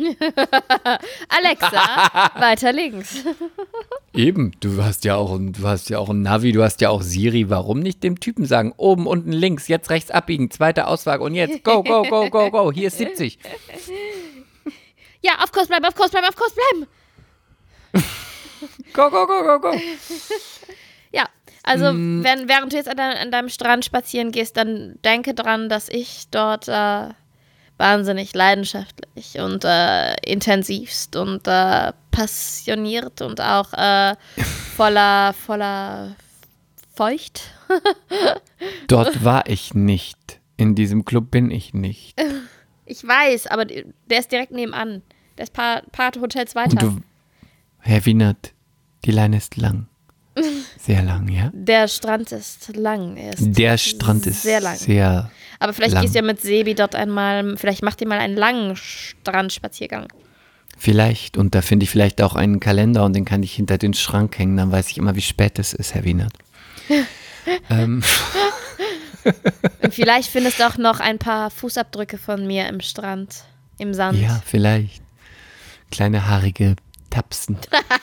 Alexa, weiter links. Eben, du hast ja auch ein Navi, du hast ja auch Siri. Warum nicht dem Typen sagen, oben, unten, links, jetzt rechts abbiegen, zweite Ausfahrt und jetzt go, hier ist 70. Ja, auf Kurs bleiben. Go. Ja, also während du jetzt an deinem Strand spazieren gehst, dann denke dran, dass ich dort wahnsinnig leidenschaftlich und intensivst und passioniert und auch voller Feucht. Dort war ich nicht. In diesem Club bin ich nicht. Ich weiß, aber der ist direkt nebenan. Der ist paar Hotels weiter. Und du, Herr Wienert, die Leine ist lang. Sehr lang, ja? Der Strand ist lang. Der Strand ist sehr lang. sehr Aber vielleicht lang. gehst du ja mit Sebi dort vielleicht macht ihr mal einen langen Strandspaziergang. Vielleicht. Und da finde ich vielleicht auch einen Kalender und den kann ich hinter den Schrank hängen. Dann weiß ich immer, wie spät es ist, Herr Wienert. Und vielleicht findest du auch noch ein paar Fußabdrücke von mir im Strand, im Sand. Ja, vielleicht. Kleine haarige Tapsen.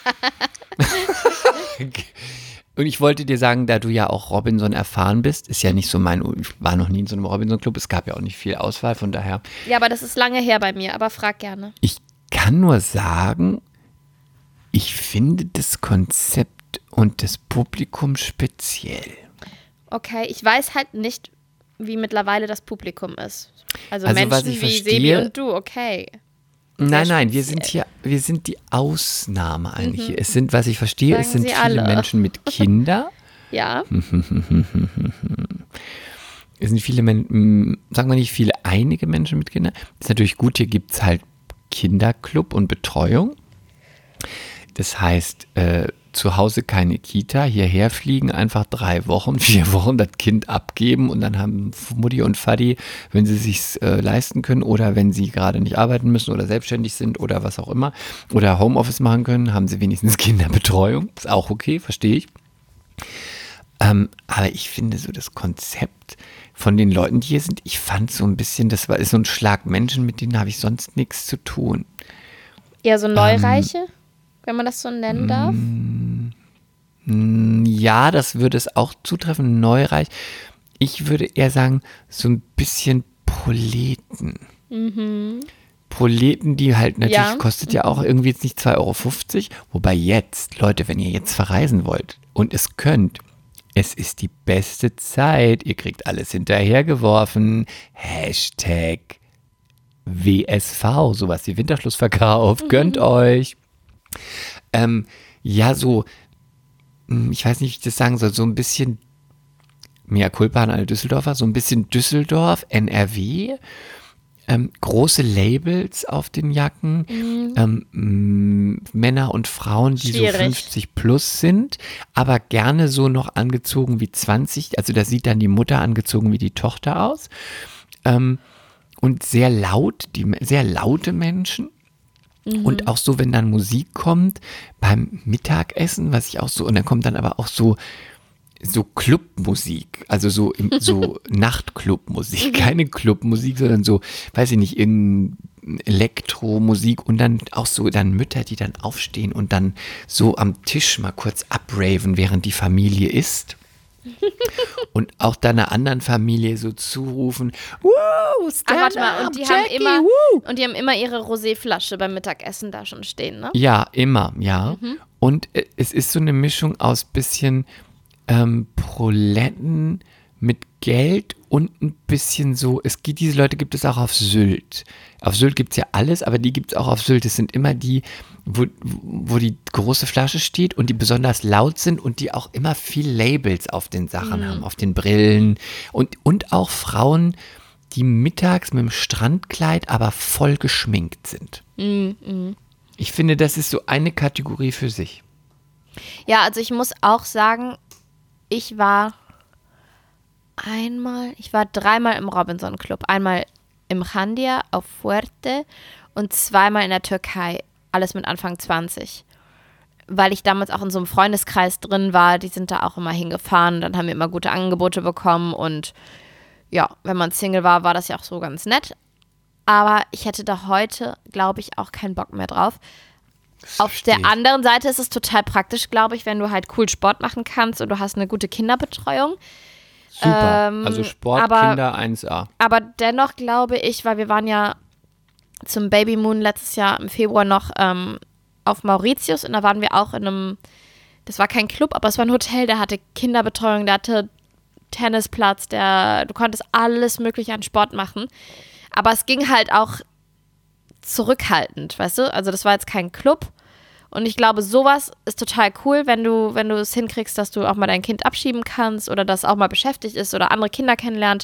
Und ich wollte dir sagen, da du ja auch Robinson erfahren bist, ist ja nicht so ich war noch nie in so einem Robinson-Club, es gab ja auch nicht viel Auswahl, von daher. Ja, aber das ist lange her bei mir, aber frag gerne. Ich kann nur sagen, ich finde das Konzept und das Publikum speziell. Okay, ich weiß halt nicht, wie mittlerweile das Publikum ist. Also was Menschen ich wie verstehe- Sebi und du, okay. Nein, wir speziell. sind die Ausnahme eigentlich. Es sind, was ich verstehe, es Sagen sind sie viele alle. Menschen mit Kindern. Ja, Es sind viele Menschen, sagen wir nicht viele, einige Menschen mit Kindern. Das ist natürlich gut, hier gibt es halt Kinderclub und Betreuung. Das heißt, zu Hause keine Kita, hierher fliegen, einfach 3 Wochen, 4 Wochen das Kind abgeben und dann haben Mutti und Vati, wenn sie sich's leisten können oder wenn sie gerade nicht arbeiten müssen oder selbstständig sind oder was auch immer oder Homeoffice machen können, haben sie wenigstens Kinderbetreuung. Ist auch okay, verstehe ich. Aber ich finde so das Konzept von den Leuten, die hier sind, ich fand so ein bisschen, ist so ein Schlag Menschen, mit denen habe ich sonst nichts zu tun. eher so Neureiche, wenn man das so nennen darf. Ja, das würde es auch zutreffen, neureich. Ich würde eher sagen, so ein bisschen Proleten. Proleten, die halt natürlich, kostet ja auch irgendwie jetzt nicht 2,50 €. Wobei jetzt, Leute, wenn ihr jetzt verreisen wollt und es könnt, es ist die beste Zeit. Ihr kriegt alles hinterhergeworfen. Hashtag WSV, sowas wie Winterschlussverkauf. Gönnt euch. Ja, so, ich weiß nicht, wie ich das sagen soll, so ein bisschen, mea culpa an alle Düsseldorfer, so ein bisschen Düsseldorf, NRW, große Labels auf den Jacken, Männer und Frauen, die Schwierig. so 50 plus sind, aber gerne so noch angezogen wie 20, also da sieht dann die Mutter angezogen wie die Tochter aus, und sehr laut, sehr laute Menschen. Und auch so, wenn dann Musik kommt, beim Mittagessen, was ich auch so, und dann kommt dann aber auch so Clubmusik, also so Nachtclubmusik, keine Clubmusik, sondern so, weiß ich nicht, irgendeine Elektromusik und dann auch so dann Mütter, die dann aufstehen und dann so am Tisch mal kurz abraven, während die Familie isst. Und auch deiner anderen Familie so zurufen, wow, stand Warte mal, up, Jackie, und die haben immer ihre Roséflasche beim Mittagessen da schon stehen, ne? Ja, immer, ja. Und es ist so eine Mischung aus bisschen Proletten mit Geld und ein bisschen so, diese Leute gibt es auch auf Sylt. Auf Sylt gibt es ja alles, aber die gibt es auch auf Sylt. Es sind immer die, wo die große Flasche steht und die besonders laut sind und die auch immer viel Labels auf den Sachen haben, auf den Brillen und auch Frauen, die mittags mit dem Strandkleid aber voll geschminkt sind. Ich finde, das ist so eine Kategorie für sich. Ja, also ich muss auch sagen, ich war dreimal im Robinson Club. Einmal im Candia auf Fuerte und zweimal in der Türkei. Alles mit Anfang 20. Weil ich damals auch in so einem Freundeskreis drin war, die sind da auch immer hingefahren. Dann haben wir immer gute Angebote bekommen und ja, wenn man Single war, war das ja auch so ganz nett. Aber ich hätte da heute, glaube ich, auch keinen Bock mehr drauf. Auf der anderen Seite ist es total praktisch, glaube ich, wenn du halt cool Sport machen kannst und du hast eine gute Kinderbetreuung. Super, also Sportkinder 1A. Aber dennoch glaube ich, weil wir waren ja zum Baby Moon letztes Jahr im Februar noch auf Mauritius und da waren wir auch in einem, das war kein Club, aber es war ein Hotel, der hatte Kinderbetreuung, der hatte Tennisplatz, du konntest alles mögliche an Sport machen. Aber es ging halt auch zurückhaltend, weißt du? Also das war jetzt kein Club. Und ich glaube, sowas ist total cool, wenn du es hinkriegst, dass du auch mal dein Kind abschieben kannst oder das auch mal beschäftigt ist oder andere Kinder kennenlernt.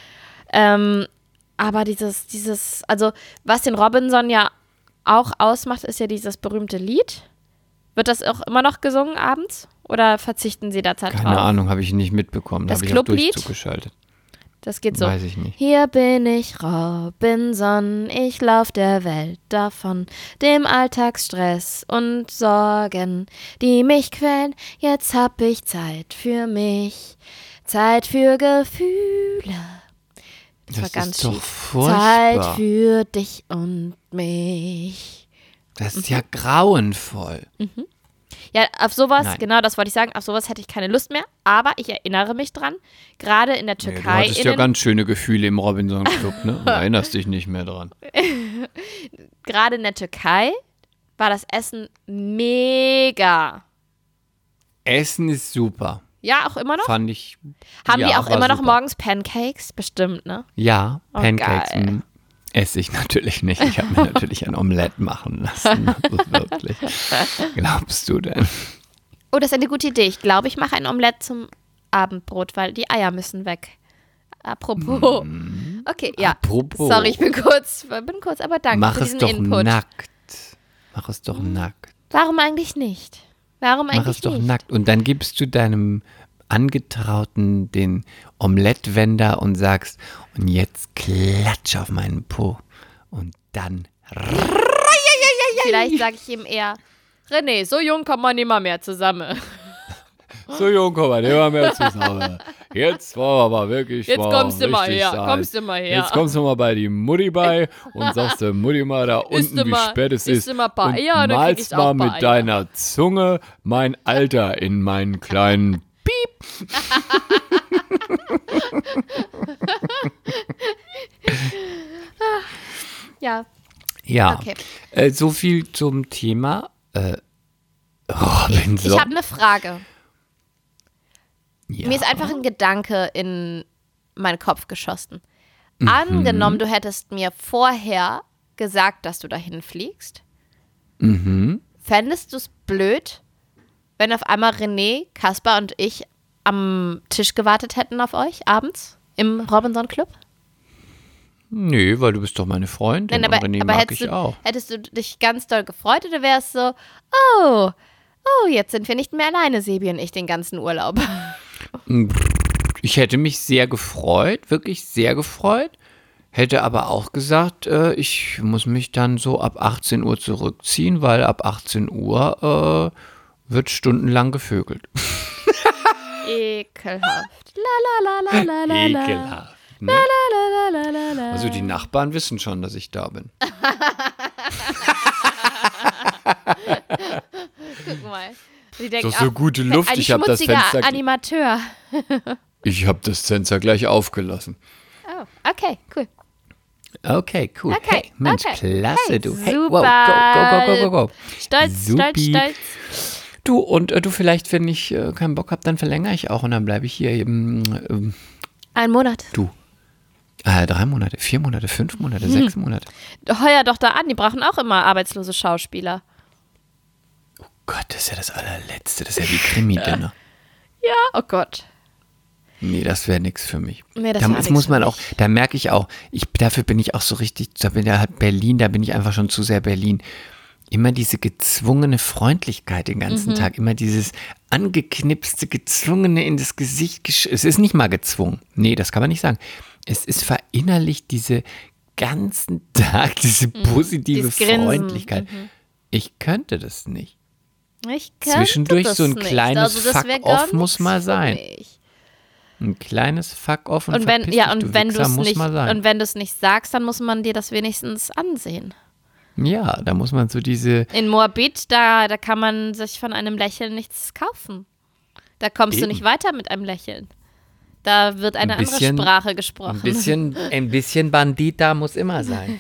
Aber also was den Robinson ja auch ausmacht, ist ja dieses berühmte Lied. Wird das auch immer noch gesungen abends? Oder verzichten sie derzeit drauf? Keine Ahnung, habe ich nicht mitbekommen. Das habe ich Clublied? auch durchzugeschaltet. Das geht so. Weiß ich nicht. Hier bin ich Robinson, ich lauf der Welt davon, dem Alltagsstress und Sorgen, die mich quälen. Jetzt hab ich Zeit für mich, Zeit für Gefühle. Das war ganz ist doch schief. furchtbar. Zeit für dich und mich. Das ist ja grauenvoll. Ja, auf sowas, Nein. genau, das wollte ich sagen, auf sowas hätte ich keine Lust mehr, aber ich erinnere mich dran, gerade in der Nee, du Türkei. hattest ja ganz schöne Gefühle im Robinson Club, ne? Du erinnerst dich nicht mehr dran. Gerade in der Türkei war das Essen mega. Essen ist super. Ja, auch immer noch? Fand ich. Haben ja, die auch war immer noch super. morgens Pancakes? Bestimmt, ne? Ja, Oh, Pancakes. geil. Esse ich natürlich nicht. Ich habe mir natürlich ein Omelett machen lassen. Also wirklich. Glaubst du denn? Oh, das ist eine gute Idee. Ich glaube, ich mache ein Omelett zum Abendbrot, weil die Eier müssen weg. Apropos. Okay, ja. Apropos. Sorry, ich bin kurz, aber danke Mach für es diesen doch Input. nackt. Mach es doch nackt. Warum eigentlich nicht? Warum Mach eigentlich es doch nicht? nackt. Und dann gibst du deinem Angetrauten den Omelettwender und sagst, und jetzt klatsch auf meinen Po. Und dann. Vielleicht sage ich ihm eher, René, so jung kommt man immer mehr zusammen. So jung, komm mal, nehmen wir mehr zusammen. Jetzt wollen wir aber wirklich Jetzt kommst du mal richtig her, sein. kommst du mal her. Jetzt kommst du mal bei die Mutti bei und sagst der Mutti mal da Isst unten, du wie mal- spät es isst ist. du mal ein paar und Eier, dann krieg malst ich auch mal ein paar mit Eier. deiner Zunge mein Alter in meinen kleinen Piep. Ja, Ja, okay. so viel zum Thema Robinson. Ich habe eine Frage. Ja. Mir ist einfach ein Gedanke in meinen Kopf geschossen. Angenommen, du hättest mir vorher gesagt, dass du dahin fliegst. Fändest du es blöd, wenn auf einmal René, Kaspar und ich am Tisch gewartet hätten auf euch abends im Robinson Club? Nee, weil du bist doch meine Freundin Nein, und René mag ich auch. Hättest du dich ganz doll gefreut oder wärst so, oh, jetzt sind wir nicht mehr alleine, Sebi und ich, den ganzen Urlaub. Ich hätte mich sehr gefreut, wirklich sehr gefreut. Hätte aber auch gesagt, ich muss mich dann so ab 18 Uhr zurückziehen, weil ab 18 Uhr wird stundenlang gevögelt. Ekelhaft. La la la la la la. Ekelhaft. Ne? La la la la la. Also die Nachbarn wissen schon, dass ich da bin. Guck mal. Die denken, Doch so gute Luft, ein ich habe das schmutziger Fenster. Animateur. Ich habe das Fenster gleich aufgelassen. Oh, okay, cool. Okay, cool. Okay, Hey, Mensch, okay. klasse, Hey, du. Hey, super. wow, go. Stolz, Supi. stolz. Du, und du vielleicht, wenn ich keinen Bock habe, dann verlängere ich auch und dann bleibe ich hier eben, Ein Monat. du. 3 Monate, 4 Monate, 5 Monate, 6 Monate. Heuer doch da an, die brauchen auch immer arbeitslose Schauspieler. Oh Gott, das ist ja das allerletzte, das ist ja wie Krimi-Dinner. Ja, oh Gott. Nee, das wäre nichts für mich. Nee, das da wär nix muss für man mich. auch, da merke ich auch, dafür bin ich auch so richtig, da bin ja halt Berlin, da bin ich einfach schon zu sehr Berlin. Immer diese gezwungene Freundlichkeit den ganzen Tag, immer dieses angeknipste, gezwungene in das Gesicht, es ist nicht mal gezwungen, nee, das kann man nicht sagen. Es ist verinnerlicht diese ganzen Tag, diese positive Dieses Grinsen. Freundlichkeit. Ich könnte das nicht. Ich könnte Zwischendurch das so ein nicht. kleines Also das wär Fuck-off gar muss nichts mal für sein. mich. Ein kleines Fuck-off und Und wenn, verpiss ja, dich, und du wenn du Wichser, es muss nicht, mal sein. und wenn du es nicht sagst, dann muss man dir das wenigstens ansehen. Ja, da muss man so diese, In Moabit, da kann man sich von einem Lächeln nichts kaufen. Da kommst du Eben. nicht weiter mit einem Lächeln. Da wird eine andere Sprache gesprochen. ein bisschen Bandita muss immer sein.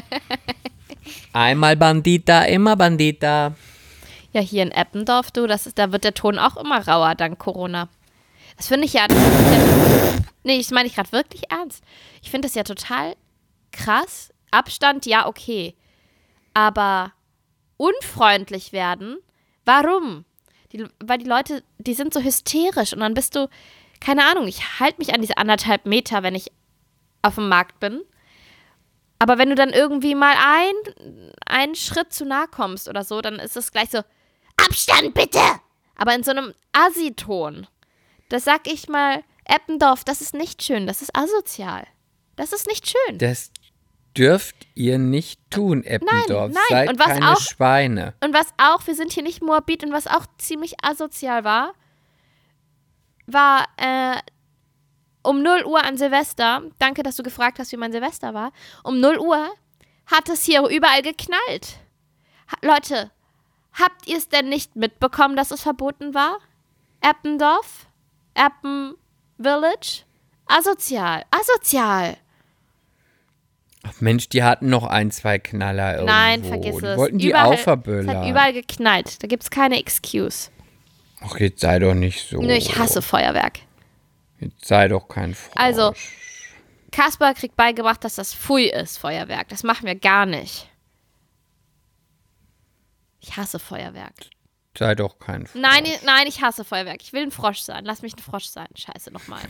Einmal Bandita, immer Bandita. Ja, hier in Eppendorf, da wird der Ton auch immer rauer dank Corona. Das finde ich ja, nee, das meine ich gerade wirklich ernst. Ich finde das ja total krass. Abstand, ja, okay. Aber unfreundlich werden, warum? Weil die Leute, die sind so hysterisch und dann bist du, keine Ahnung, ich halte mich an diese 1,5 Meter, wenn ich auf dem Markt bin. Aber wenn du dann irgendwie mal einen Schritt zu nah kommst oder so, dann ist es gleich so, Abstand bitte! Aber in so einem Assi-Ton. Das sag ich mal, Eppendorf, das ist nicht schön, das ist asozial. Das ist nicht schön. Das dürft ihr nicht tun, Eppendorf. Nein. Seid Und was keine auch- Schweine. Und was auch, wir sind hier nicht Moabit und was auch ziemlich asozial war um 0 Uhr an Silvester, danke, dass du gefragt hast, wie mein Silvester war, um 0 Uhr hat es hier überall geknallt. Leute, habt ihr es denn nicht mitbekommen, dass es verboten war? Eppendorf? Eppen Village? Asozial. Ach Mensch, die hatten noch 1, 2 Knaller irgendwo. Nein, vergiss Die es. wollten die Überall- auch Es hat verböllern. überall geknallt. Da gibt es keine Excuse. Ach, jetzt sei doch nicht so. Nö, ich hasse Feuerwerk. Jetzt sei doch kein Frosch. Also, Kaspar kriegt beigebracht, dass das Pfui ist, Feuerwerk. Das machen wir gar nicht. Ich hasse Feuerwerk. Sei doch kein Frosch. Nein, ich hasse Feuerwerk. Ich will ein Frosch sein. Lass mich ein Frosch sein. Scheiße, nochmal.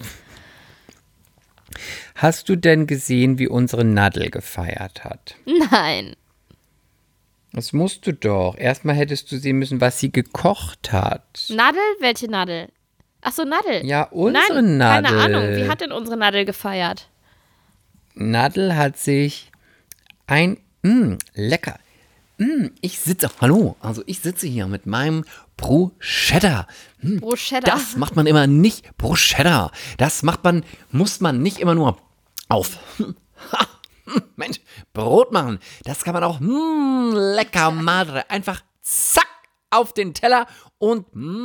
Hast du denn gesehen, wie unsere Nadel gefeiert hat? Nein. Das musst du doch. Erstmal hättest du sehen müssen, was sie gekocht hat. Nadel? Welche Nadel? Ach so, Nadel. Ja, unsere Nein, Nadel. keine Ahnung. Wie hat denn unsere Nadel gefeiert? Nadel hat sich lecker. Ich sitze hier mit meinem Bruschetta. Bruschetta. Das macht man immer nicht, Bruschetta. Muss man nicht immer nur auf Mensch, Brot machen. Das kann man auch lecker madre. Einfach zack auf den Teller und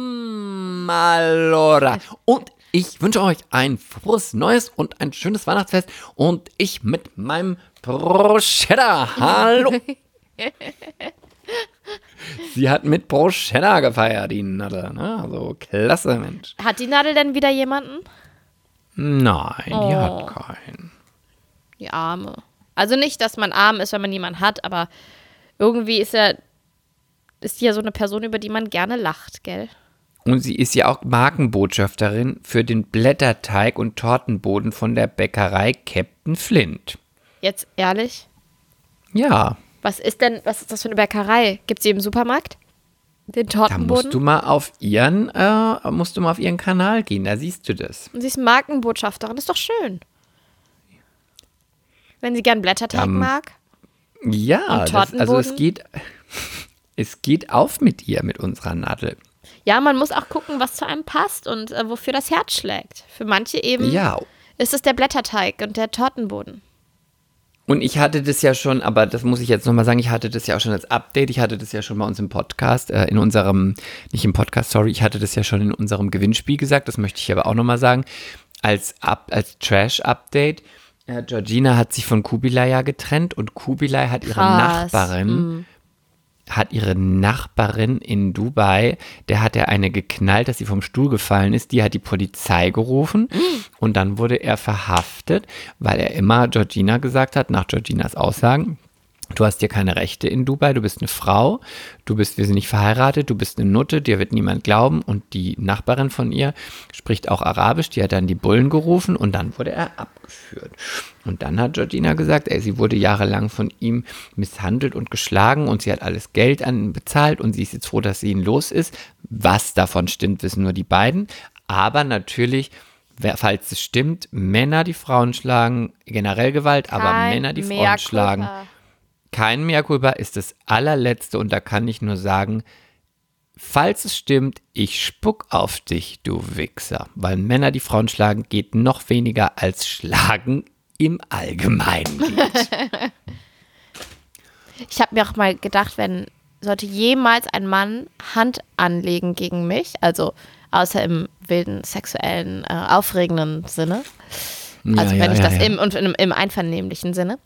allora. Und ich wünsche euch ein frohes Neues und ein schönes Weihnachtsfest. Und ich mit meinem Bruschetta. Hallo. Sie hat mit Bruschetta gefeiert, die Nadel. Ne? Also klasse, Mensch. Hat die Nadel denn wieder jemanden? Nein, die hat keinen. Die Arme. Also nicht, dass man arm ist, wenn man niemanden hat, aber irgendwie ist die ja so eine Person, über die man gerne lacht, gell? Und sie ist ja auch Markenbotschafterin für den Blätterteig und Tortenboden von der Bäckerei Captain Flint. Jetzt ehrlich? Ja. Was ist das für eine Bäckerei? Gibt es die im Supermarkt? Den Da Tortenboden? musst du mal auf ihren Kanal gehen, da siehst du das. Und sie ist Markenbotschafterin, ist doch schön. Wenn sie gern Blätterteig mag. Ja, es geht auf mit ihr, mit unserer Nadel. Ja, man muss auch gucken, was zu einem passt und wofür das Herz schlägt. Für manche eben ist es der Blätterteig und der Tortenboden. Und ich hatte das ja schon, aber das muss ich jetzt nochmal sagen, ich hatte das ja auch schon als Update, ich hatte das ja schon bei uns im Podcast, ich hatte das ja schon in unserem Gewinnspiel gesagt, das möchte ich aber auch nochmal sagen, als Trash-Update. Georgina hat sich von Kubilay ja getrennt und Kubilay hat ihre Nachbarin in Dubai, der hat er eine geknallt, dass sie vom Stuhl gefallen ist, die hat die Polizei gerufen und dann wurde er verhaftet, weil er immer Georgina gesagt hat, nach Georginas Aussagen, du hast hier keine Rechte in Dubai, du bist eine Frau, wir sind nicht verheiratet, du bist eine Nutte, dir wird niemand glauben und die Nachbarin von ihr spricht auch Arabisch, die hat dann die Bullen gerufen und dann wurde er abgeführt. Und dann hat Georgina gesagt, sie wurde jahrelang von ihm misshandelt und geschlagen und sie hat alles Geld an ihn bezahlt und sie ist jetzt froh, dass sie ihn los ist. Was davon stimmt, wissen nur die beiden. Aber natürlich, falls es stimmt, Männer, die Frauen schlagen, generell Gewalt, aber Männer, die Frauen schlagen, kein Mea culpa ist das allerletzte und da kann ich nur sagen, falls es stimmt, ich spuck auf dich, du Wichser. Weil Männer, die Frauen schlagen, geht noch weniger als Schlagen im Allgemeinen geht. Ich habe mir auch mal gedacht, sollte jemals ein Mann Hand anlegen gegen mich, also außer im wilden, sexuellen, aufregenden Sinne, im einvernehmlichen Sinne,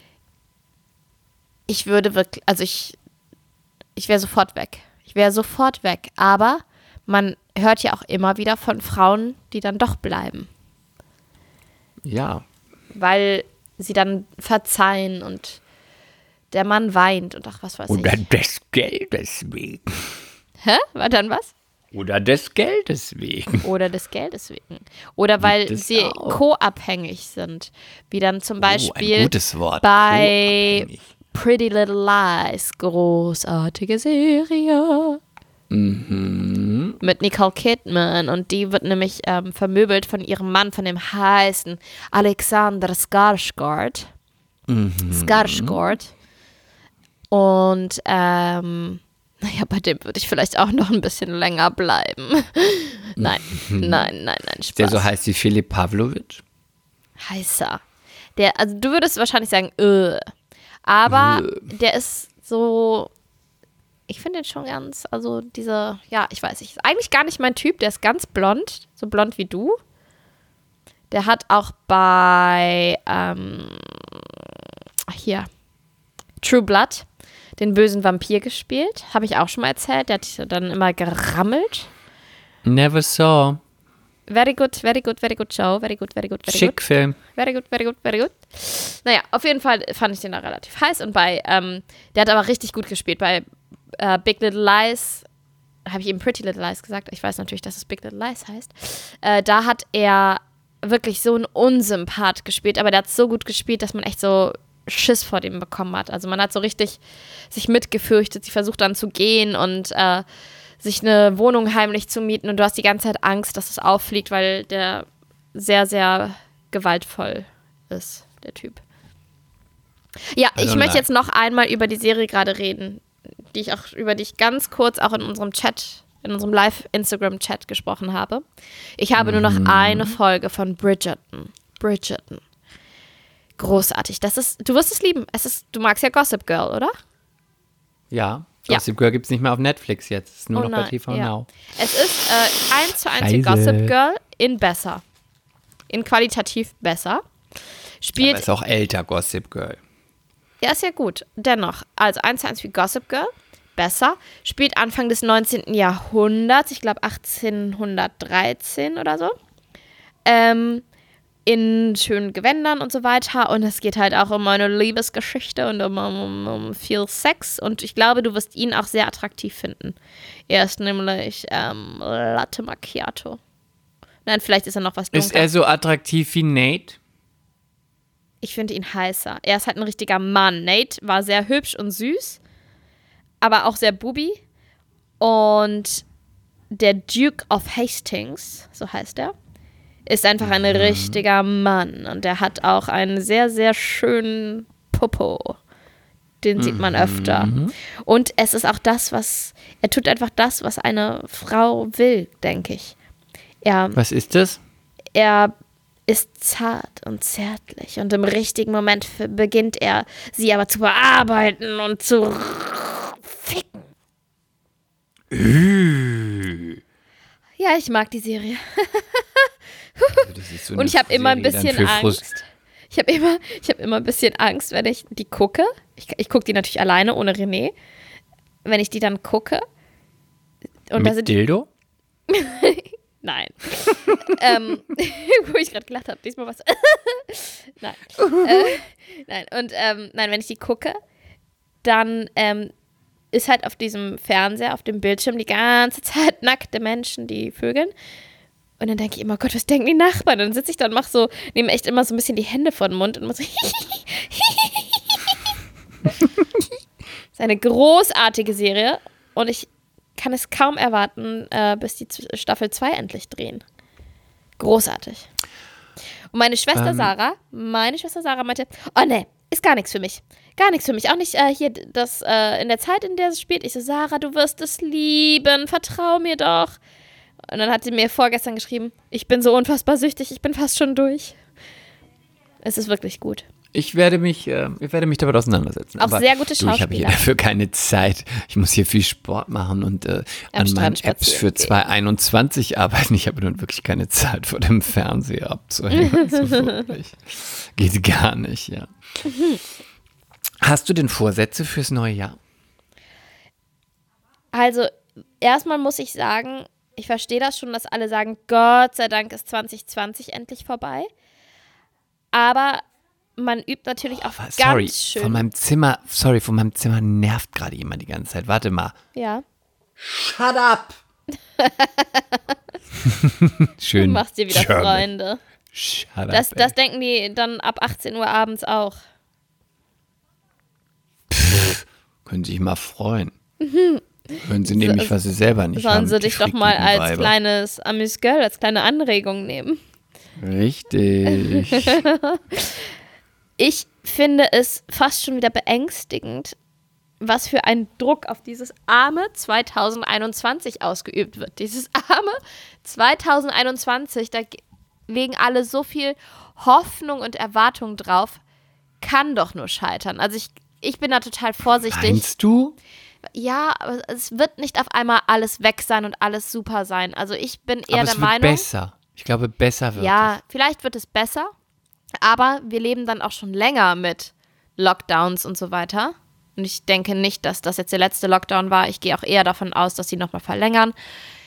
ich würde wirklich, also ich wäre sofort weg. Ich wäre sofort weg. Aber man hört ja auch immer wieder von Frauen, die dann doch bleiben. Ja. Weil sie dann verzeihen und der Mann weint und ach, was weiß ich. Oder des Geldes wegen. Hä? War dann was? Oder des Geldes wegen. Oder des Geldes wegen. Oder weil sie co-abhängig sind. Wie dann zum Beispiel ein gutes Wort. Bei Pretty Little Lies. Großartige Serie. Mhm. Mit Nicole Kidman. Und die wird nämlich vermöbelt von ihrem Mann, von dem heißen Alexander Skarsgård. Skarsgård. Und bei dem würde ich vielleicht auch noch ein bisschen länger bleiben. Nein, Spaß. Der so heißt wie Filip Pavlovic? Heißer. Also du würdest wahrscheinlich sagen, aber der ist so, ich finde den schon ganz, also ich weiß nicht, ist eigentlich gar nicht mein Typ, der ist ganz blond, so blond wie du. Der hat auch bei, True Blood, den bösen Vampir gespielt. Habe ich auch schon mal erzählt. Der hat dann immer gerammelt. Never saw. Very good show. Very good. Schick Film. Very good. Naja, auf jeden Fall fand ich den da relativ heiß. Und der hat aber richtig gut gespielt. Bei Big Little Lies, habe ich eben Pretty Little Lies gesagt. Ich weiß natürlich, dass es Big Little Lies heißt. Da hat er wirklich so einen Unsympath gespielt. Aber der hat so gut gespielt, dass man echt so Schiss vor dem bekommen hat. Also man hat so richtig sich mitgefürchtet. Sie versucht dann zu gehen und sich eine Wohnung heimlich zu mieten und du hast die ganze Zeit Angst, dass es auffliegt, weil der sehr, sehr gewaltvoll ist, der Typ. Ja, ich möchte jetzt noch einmal über die Serie gerade reden, über die ich ganz kurz auch in unserem Live-Instagram-Chat gesprochen habe. Ich habe nur noch eine Folge von Bridgerton. Großartig. Du wirst es lieben. Du magst ja Gossip Girl, oder? Ja. Ja. Gossip Girl gibt es nicht mehr auf Netflix jetzt. Es ist nur Oh noch bei nein, TV ja. Now. Es ist 1:1 wie Scheiße. Gossip Girl in besser. In qualitativ besser. Spielt, Aber ist auch älter, Gossip Girl. ja, ist ja gut. Dennoch, also 1:1 wie Gossip Girl, besser. Spielt Anfang des 19. Jahrhunderts, ich glaube 1813 oder so. In schönen Gewändern und so weiter. Und es geht halt auch um eine Liebesgeschichte und um viel Sex. Und ich glaube, du wirst ihn auch sehr attraktiv finden. Er ist nämlich Latte Macchiato. Nein, vielleicht ist er noch was dunkler. Ist er so attraktiv wie Nate? Ich finde ihn heißer. Er ist halt ein richtiger Mann. Nate war sehr hübsch und süß, aber auch sehr bubi. Und der Duke of Hastings, so heißt er, ist einfach ein richtiger Mann. Und er hat auch einen sehr, sehr schönen Popo. Den sieht man öfter. Und es ist auch er tut einfach das, was eine Frau will, denke ich. Was ist das? Er ist zart und zärtlich und im richtigen Moment beginnt er, sie aber zu bearbeiten und zu ficken. Ja, ich mag die Serie. Das ist so Und eine ich habe immer ein Serie dann bisschen für Frust. Angst. Ich habe immer ein bisschen Angst, wenn ich die gucke. Ich gucke die natürlich alleine, ohne René. Wenn ich die dann gucke. Und da Mit sind Dildo? Nein. Wo ich gerade gelacht habe, diesmal was. Nein. Nein. Und nein, wenn ich die gucke, dann ist halt auf diesem Fernseher, auf dem Bildschirm die ganze Zeit nackte Menschen, die vögeln. Und dann denke ich immer, Gott, was denken die Nachbarn? Und dann sitze ich da und nehme echt immer so ein bisschen die Hände vor den Mund und muss so. Das ist eine großartige Serie und ich kann es kaum erwarten, bis die Staffel 2 endlich drehen. Großartig. Und meine Schwester Sarah meinte, oh ne, ist gar nichts für mich. Gar nichts für mich. Auch nicht hier das in der Zeit, in der es spielt. Ich so, Sarah, du wirst es lieben. Vertrau mir doch. Und dann hat sie mir vorgestern geschrieben, ich bin so unfassbar süchtig, ich bin fast schon durch. Es ist wirklich gut. Ich werde mich damit auseinandersetzen. Auch aber sehr gute ich habe hier Schauspieler. dafür keine Zeit. Ich muss hier viel Sport machen und an Strand meinen Apps spazieren für gehen. 2021 arbeiten. Ich habe nun wirklich keine Zeit, vor dem Fernseher abzuhängen. Also wirklich. Geht gar nicht, ja. Hast du denn Vorsätze fürs neue Jahr? Also, erstmal muss ich sagen, ich verstehe das schon, dass alle sagen, Gott sei Dank ist 2020 endlich vorbei. Aber man übt natürlich auch ganz schön. Von meinem Zimmer nervt gerade jemand die ganze Zeit. Warte mal. Ja. Shut up! Schön. Du machst dir wieder German. Freunde. Shut up, Das denken die dann ab 18 Uhr abends auch. Können sich mal freuen. Hören sie nämlich, was sie selber nicht haben. Sollen sie die dich doch mal als Weiber. kleines Amüs-Girl, als kleine Anregung nehmen. Richtig. Ich finde es fast schon wieder beängstigend, was für ein Druck auf dieses arme 2021 ausgeübt wird. Dieses arme 2021, da legen alle so viel Hoffnung und Erwartung drauf, kann doch nur scheitern. Also ich bin da total vorsichtig. Meinst du? Ja, aber es wird nicht auf einmal alles weg sein und alles super sein. Also ich bin eher Aber der es wird Meinung. besser. Ich glaube, besser wird Ja, vielleicht wird es besser, aber wir leben dann auch schon länger mit Lockdowns und so weiter. Und ich denke nicht, dass das jetzt der letzte Lockdown war. Ich gehe auch eher davon aus, dass sie nochmal verlängern.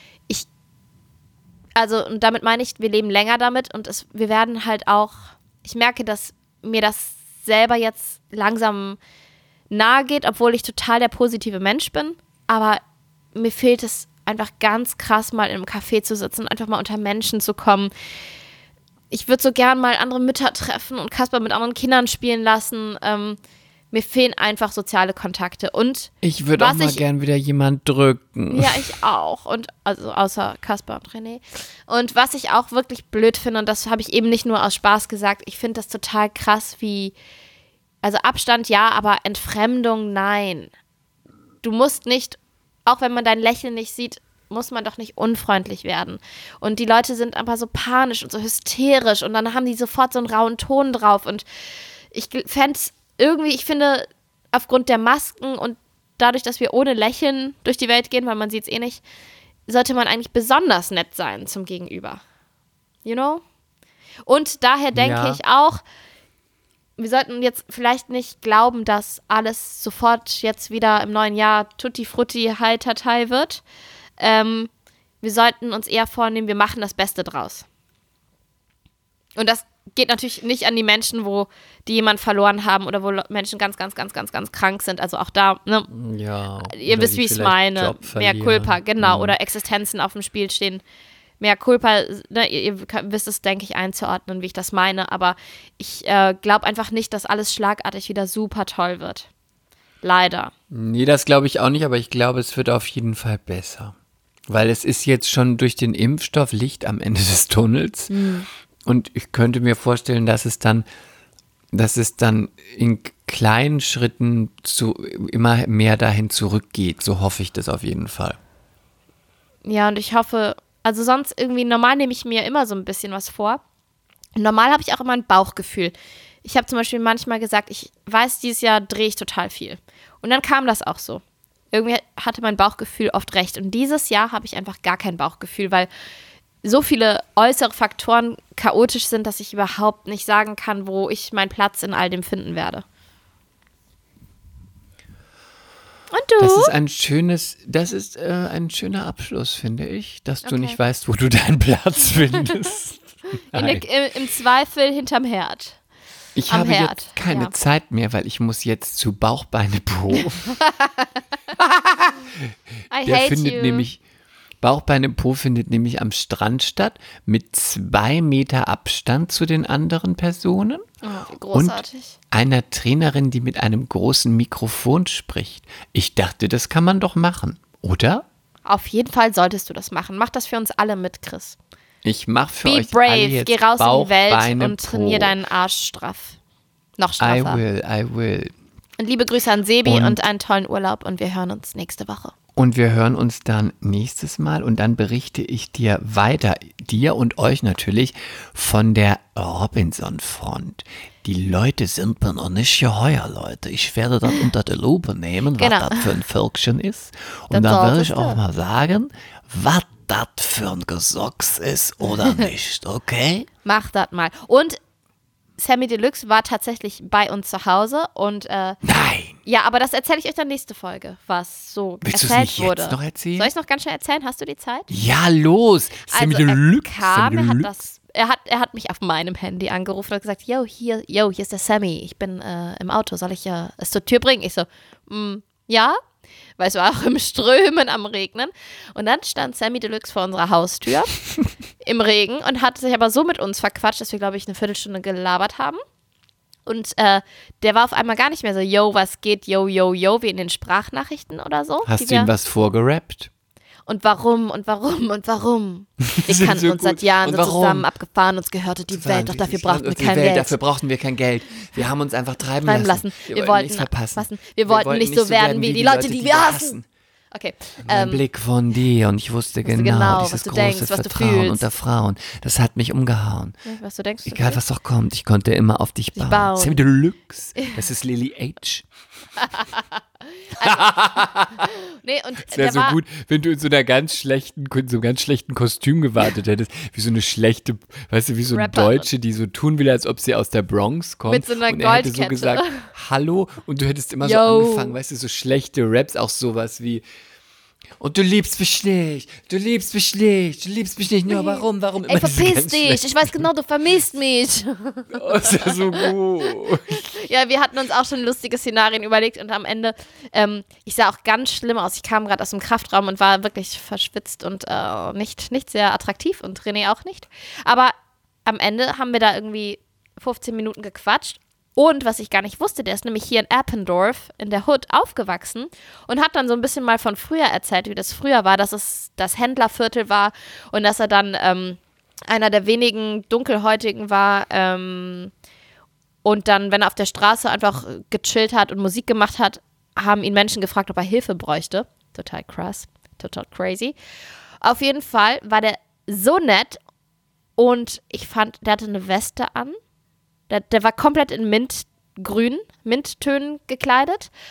Und damit meine ich, wir leben länger damit und wir werden halt auch, ich merke, dass mir das selber jetzt langsam nahe geht, obwohl ich total der positive Mensch bin. Aber mir fehlt es einfach ganz krass, mal in einem Café zu sitzen, einfach mal unter Menschen zu kommen. Ich würde so gern mal andere Mütter treffen und Kasper mit anderen Kindern spielen lassen. Mir fehlen einfach soziale Kontakte. Und Ich würde auch mal gern wieder jemand drücken. ja, ich auch. Und also außer Kasper und René. Und was ich auch wirklich blöd finde, und das habe ich eben nicht nur aus Spaß gesagt, ich finde das total krass, also Abstand ja, aber Entfremdung nein. Du musst nicht, auch wenn man dein Lächeln nicht sieht, muss man doch nicht unfreundlich werden. Und die Leute sind aber so panisch und so hysterisch und dann haben die sofort so einen rauen Ton drauf. Und ich fände es irgendwie, ich finde, aufgrund der Masken und dadurch, dass wir ohne Lächeln durch die Welt gehen, weil man sieht es eh nicht, sollte man eigentlich besonders nett sein zum Gegenüber. You know? Und daher denke ich auch, wir sollten jetzt vielleicht nicht glauben, dass alles sofort jetzt wieder im neuen Jahr tutti frutti Heitertei wird. Wir sollten uns eher vornehmen, wir machen das Beste draus. Und das geht natürlich nicht an die Menschen, die jemanden verloren haben oder wo Menschen ganz, ganz, ganz, ganz, ganz krank sind. Also auch da, ne? Ja. Ihr wisst, wie ich es meine. Mehr Culpa, genau. Mhm. Oder Existenzen auf dem Spiel stehen. Mehr Culpa, ne? Ihr wisst es, denke ich, einzuordnen, wie ich das meine. Aber ich glaube einfach nicht, dass alles schlagartig wieder super toll wird. Leider. Nee, das glaube ich auch nicht, aber ich glaube, es wird auf jeden Fall besser. Weil es ist jetzt schon durch den Impfstoff Licht am Ende des Tunnels. Und ich könnte mir vorstellen, dass es dann in kleinen Schritten immer mehr dahin zurückgeht. So hoffe ich das auf jeden Fall. Ja, und ich hoffe, also sonst irgendwie, normal nehme ich mir immer so ein bisschen was vor. Normal habe ich auch immer ein Bauchgefühl. Ich habe zum Beispiel manchmal gesagt, ich weiß, dieses Jahr drehe ich total viel. Und dann kam das auch so. Irgendwie hatte mein Bauchgefühl oft recht. Und dieses Jahr habe ich einfach gar kein Bauchgefühl, weil so viele äußere Faktoren chaotisch sind, dass ich überhaupt nicht sagen kann, wo ich meinen Platz in all dem finden werde. Und du? Das ist ein schöner Abschluss, finde ich, dass du nicht weißt, wo du deinen Platz findest. Im Zweifel hinterm Herd. Ich habe jetzt keine Zeit mehr, weil ich muss jetzt zu Bauchbeine Po. Bauchbeine Po findet nämlich am Strand statt, mit 2 Meter Abstand zu den anderen Personen. Oh, großartig. Und einer Trainerin, die mit einem großen Mikrofon spricht. Ich dachte, das kann man doch machen, oder? Auf jeden Fall solltest du das machen. Mach das für uns alle mit, Chris. Ich mache für euch brave, alle jetzt geh raus in die Welt Bauchbeine und trainier deinen Arsch straff. Noch straffer. I will. Und liebe Grüße an Sebi und einen tollen Urlaub und wir hören uns nächste Woche. Und wir hören uns dann nächstes Mal und dann berichte ich dir weiter, dir und euch natürlich, von der Robinson-Front. Die Leute sind mir noch nicht geheuer, Leute. Ich werde das unter die Lupe nehmen, was das für ein Völkchen ist. Und dann werde ich auch mal sagen, was das für ein Gesocks ist oder nicht, okay? Mach das mal. Und Samy Deluxe war tatsächlich bei uns zu Hause und Nein! Ja, aber das erzähle ich euch dann nächste Folge, was so Willst erzählt wurde. Jetzt noch erzählen? Soll ich es noch ganz schnell erzählen? Hast du die Zeit? Ja, los! Samy Deluxe. Er hat mich auf meinem Handy angerufen und hat gesagt, hier ist der Sammy, ich bin im Auto, soll ich es zur Tür bringen? Ich so, ja, weil es war auch im Strömen am Regnen. Und dann stand Samy Deluxe vor unserer Haustür im Regen und hat sich aber so mit uns verquatscht, dass wir, glaube ich, eine Viertelstunde gelabert haben. Und der war auf einmal gar nicht mehr so, yo, was geht, yo, wie in den Sprachnachrichten oder so. Hast du ihm was vorgerappt? Und warum? Wir kannten uns seit Jahren so zusammen abgefahren, uns gehörte die Welt, doch dafür brauchten wir kein Geld. Dafür brauchten wir kein Geld. Wir haben uns einfach treiben lassen. Wir wollten nichts verpassen. Wir wollten nicht so werden wie die Leute, die wir hassen. Okay. Ein Blick von dir und ich wusste genau dieses große denkst, Vertrauen unter Frauen. Das hat mich umgehauen. Ja, was du denkst. Egal, was auch kommt, ich konnte immer auf dich bauen. Samy Deluxe. Das ist Lily H. Nee, und es wäre so gut, wenn du in so einem ganz schlechten Kostüm gewartet hättest, wie so eine schlechte, weißt du, wie so eine Deutsche, die so tun will, als ob sie aus der Bronx kommt. Mit so einer und er hätte Goldkette. so gesagt, hallo, und du hättest immer so angefangen, weißt du, so schlechte Raps, auch sowas wie, und du liebst mich nicht, nur warum immer Ey, verpiss dich, ich weiß genau, du vermisst mich. Oh, ist ja so gut. Ja, wir hatten uns auch schon lustige Szenarien überlegt und am Ende, ich sah auch ganz schlimm aus. Ich kam gerade aus dem Kraftraum und war wirklich verschwitzt und nicht sehr attraktiv und René auch nicht. Aber am Ende haben wir da irgendwie 15 Minuten gequatscht. Und was ich gar nicht wusste, der ist nämlich hier in Eppendorf in der Hood aufgewachsen und hat dann so ein bisschen mal von früher erzählt, wie das früher war, dass es das Händlerviertel war und dass er dann einer der wenigen Dunkelhäutigen war und dann, wenn er auf der Straße einfach gechillt hat und Musik gemacht hat, haben ihn Menschen gefragt, ob er Hilfe bräuchte. Total krass, total crazy. Auf jeden Fall war der so nett und ich fand, der hatte eine Weste an. Der war komplett in Minttönen gekleidet.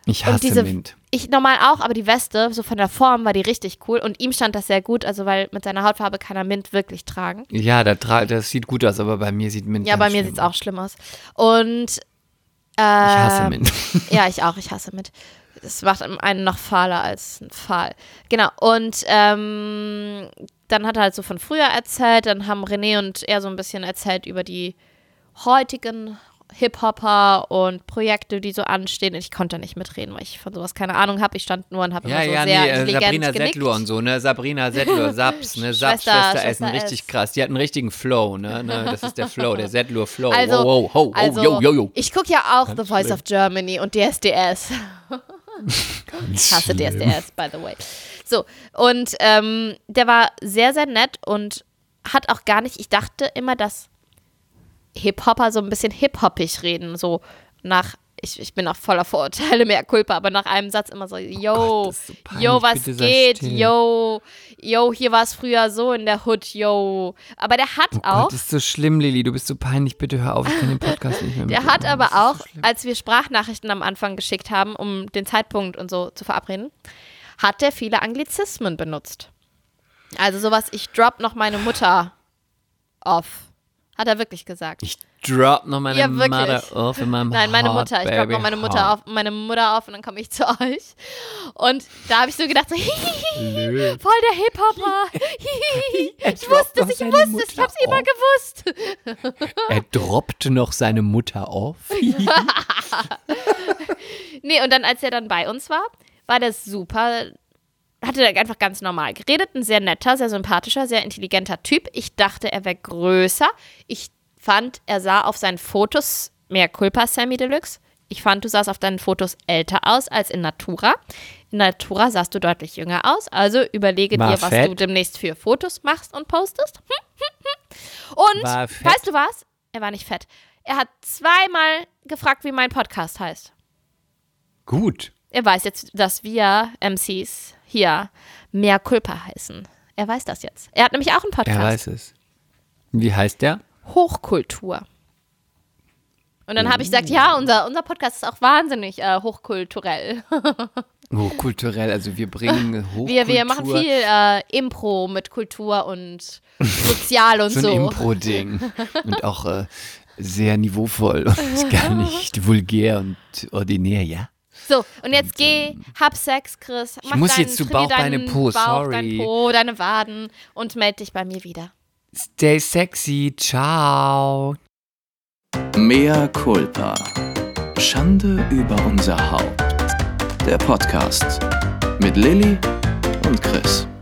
Ich hasse Mint. Ich normal auch, aber die Weste, so von der Form, war die richtig cool. Und ihm stand das sehr gut, also weil mit seiner Hautfarbe kann er Mint wirklich tragen. Ja, das sieht gut aus, aber bei mir sieht Mint Ja, bei mir sieht es auch schlimm aus. Und ich hasse Mint. Ja, ich auch, ich hasse Mint. Es macht einen noch fahler als ein Pfahl. Genau, und dann hat er halt so von früher erzählt, dann haben René und er so ein bisschen erzählt über die heutigen Hip-Hopper und Projekte, die so anstehen. Ich konnte nicht mitreden, weil ich von sowas keine Ahnung habe. Ich stand nur und habe immer so sehr intelligent Sabrina genickt. Settler und so, ne? Sabrina Settler, Saps, ne? Saps, Schwester Essen, richtig krass. Die hat einen richtigen Flow, ne? Das ist der Flow, der Settler Flow. Also, yo. Ich gucke ja auch The Voice of Germany und DSDS. Ich hasse DSDS, by the way. So, und der war sehr, sehr nett und hat auch gar nicht, ich dachte immer, dass Hip-Hopper so ein bisschen hip-hoppig reden, so nach, ich bin auch voller Vorurteile, mehr Culpa, aber nach einem Satz immer so, yo, was geht, yo, hier war es früher so in der Hood, yo. Aber der hat auch. Gott, das ist so schlimm, Lilly, du bist so peinlich, bitte hör auf, ich kann den Podcast nicht mehr Der hat aber auch, als wir Sprachnachrichten am Anfang geschickt haben, um den Zeitpunkt und so zu verabreden, hat der viele Anglizismen benutzt. Also sowas, ich drop noch meine Mutter off. Hat er wirklich gesagt. Ich drop noch meine Mutter auf in meinem Nein, meine Heart, Mutter. Ich drop noch meine Mutter auf und dann komme ich zu euch. Und da habe ich so gedacht, so, voll der Hip-Hopper. Ich wusste es, ich habe es immer gewusst. Er droppt noch seine Mutter auf. Nee, und dann, als er dann bei uns war das super. Hatte er einfach ganz normal geredet, ein sehr netter, sehr sympathischer, sehr intelligenter Typ. Ich dachte, er wäre größer. Ich fand, er sah auf seinen Fotos, mehr Culpa Sammy Deluxe. Ich fand, du sahst auf deinen Fotos älter aus als in Natura. In Natura sahst du deutlich jünger aus. Also überlege dir, was du demnächst für Fotos machst und postest. Und weißt du was? Er war nicht fett. Er hat zweimal gefragt, wie mein Podcast heißt. Gut. Er weiß jetzt, dass wir MCs hier mehr Culpa heißen. Er weiß das jetzt. Er hat nämlich auch einen Podcast. Er weiß es. Wie heißt der? Hochkultur. Und dann habe ich gesagt, ja, unser Podcast ist auch wahnsinnig hochkulturell. Hochkulturell, also wir bringen Hochkultur. Wir machen viel Impro mit Kultur und sozial und so. So ein Impro-Ding. Und auch sehr niveauvoll und gar nicht vulgär und ordinär, ja? So, und jetzt hab Sex, Chris. Ich muss jetzt zu Bauch, Beine, Po, sorry. Dein Po, deine Waden und melde dich bei mir wieder. Stay sexy, ciao. Mea culpa. Schande über unser Haupt. Der Podcast mit Lilly und Chris.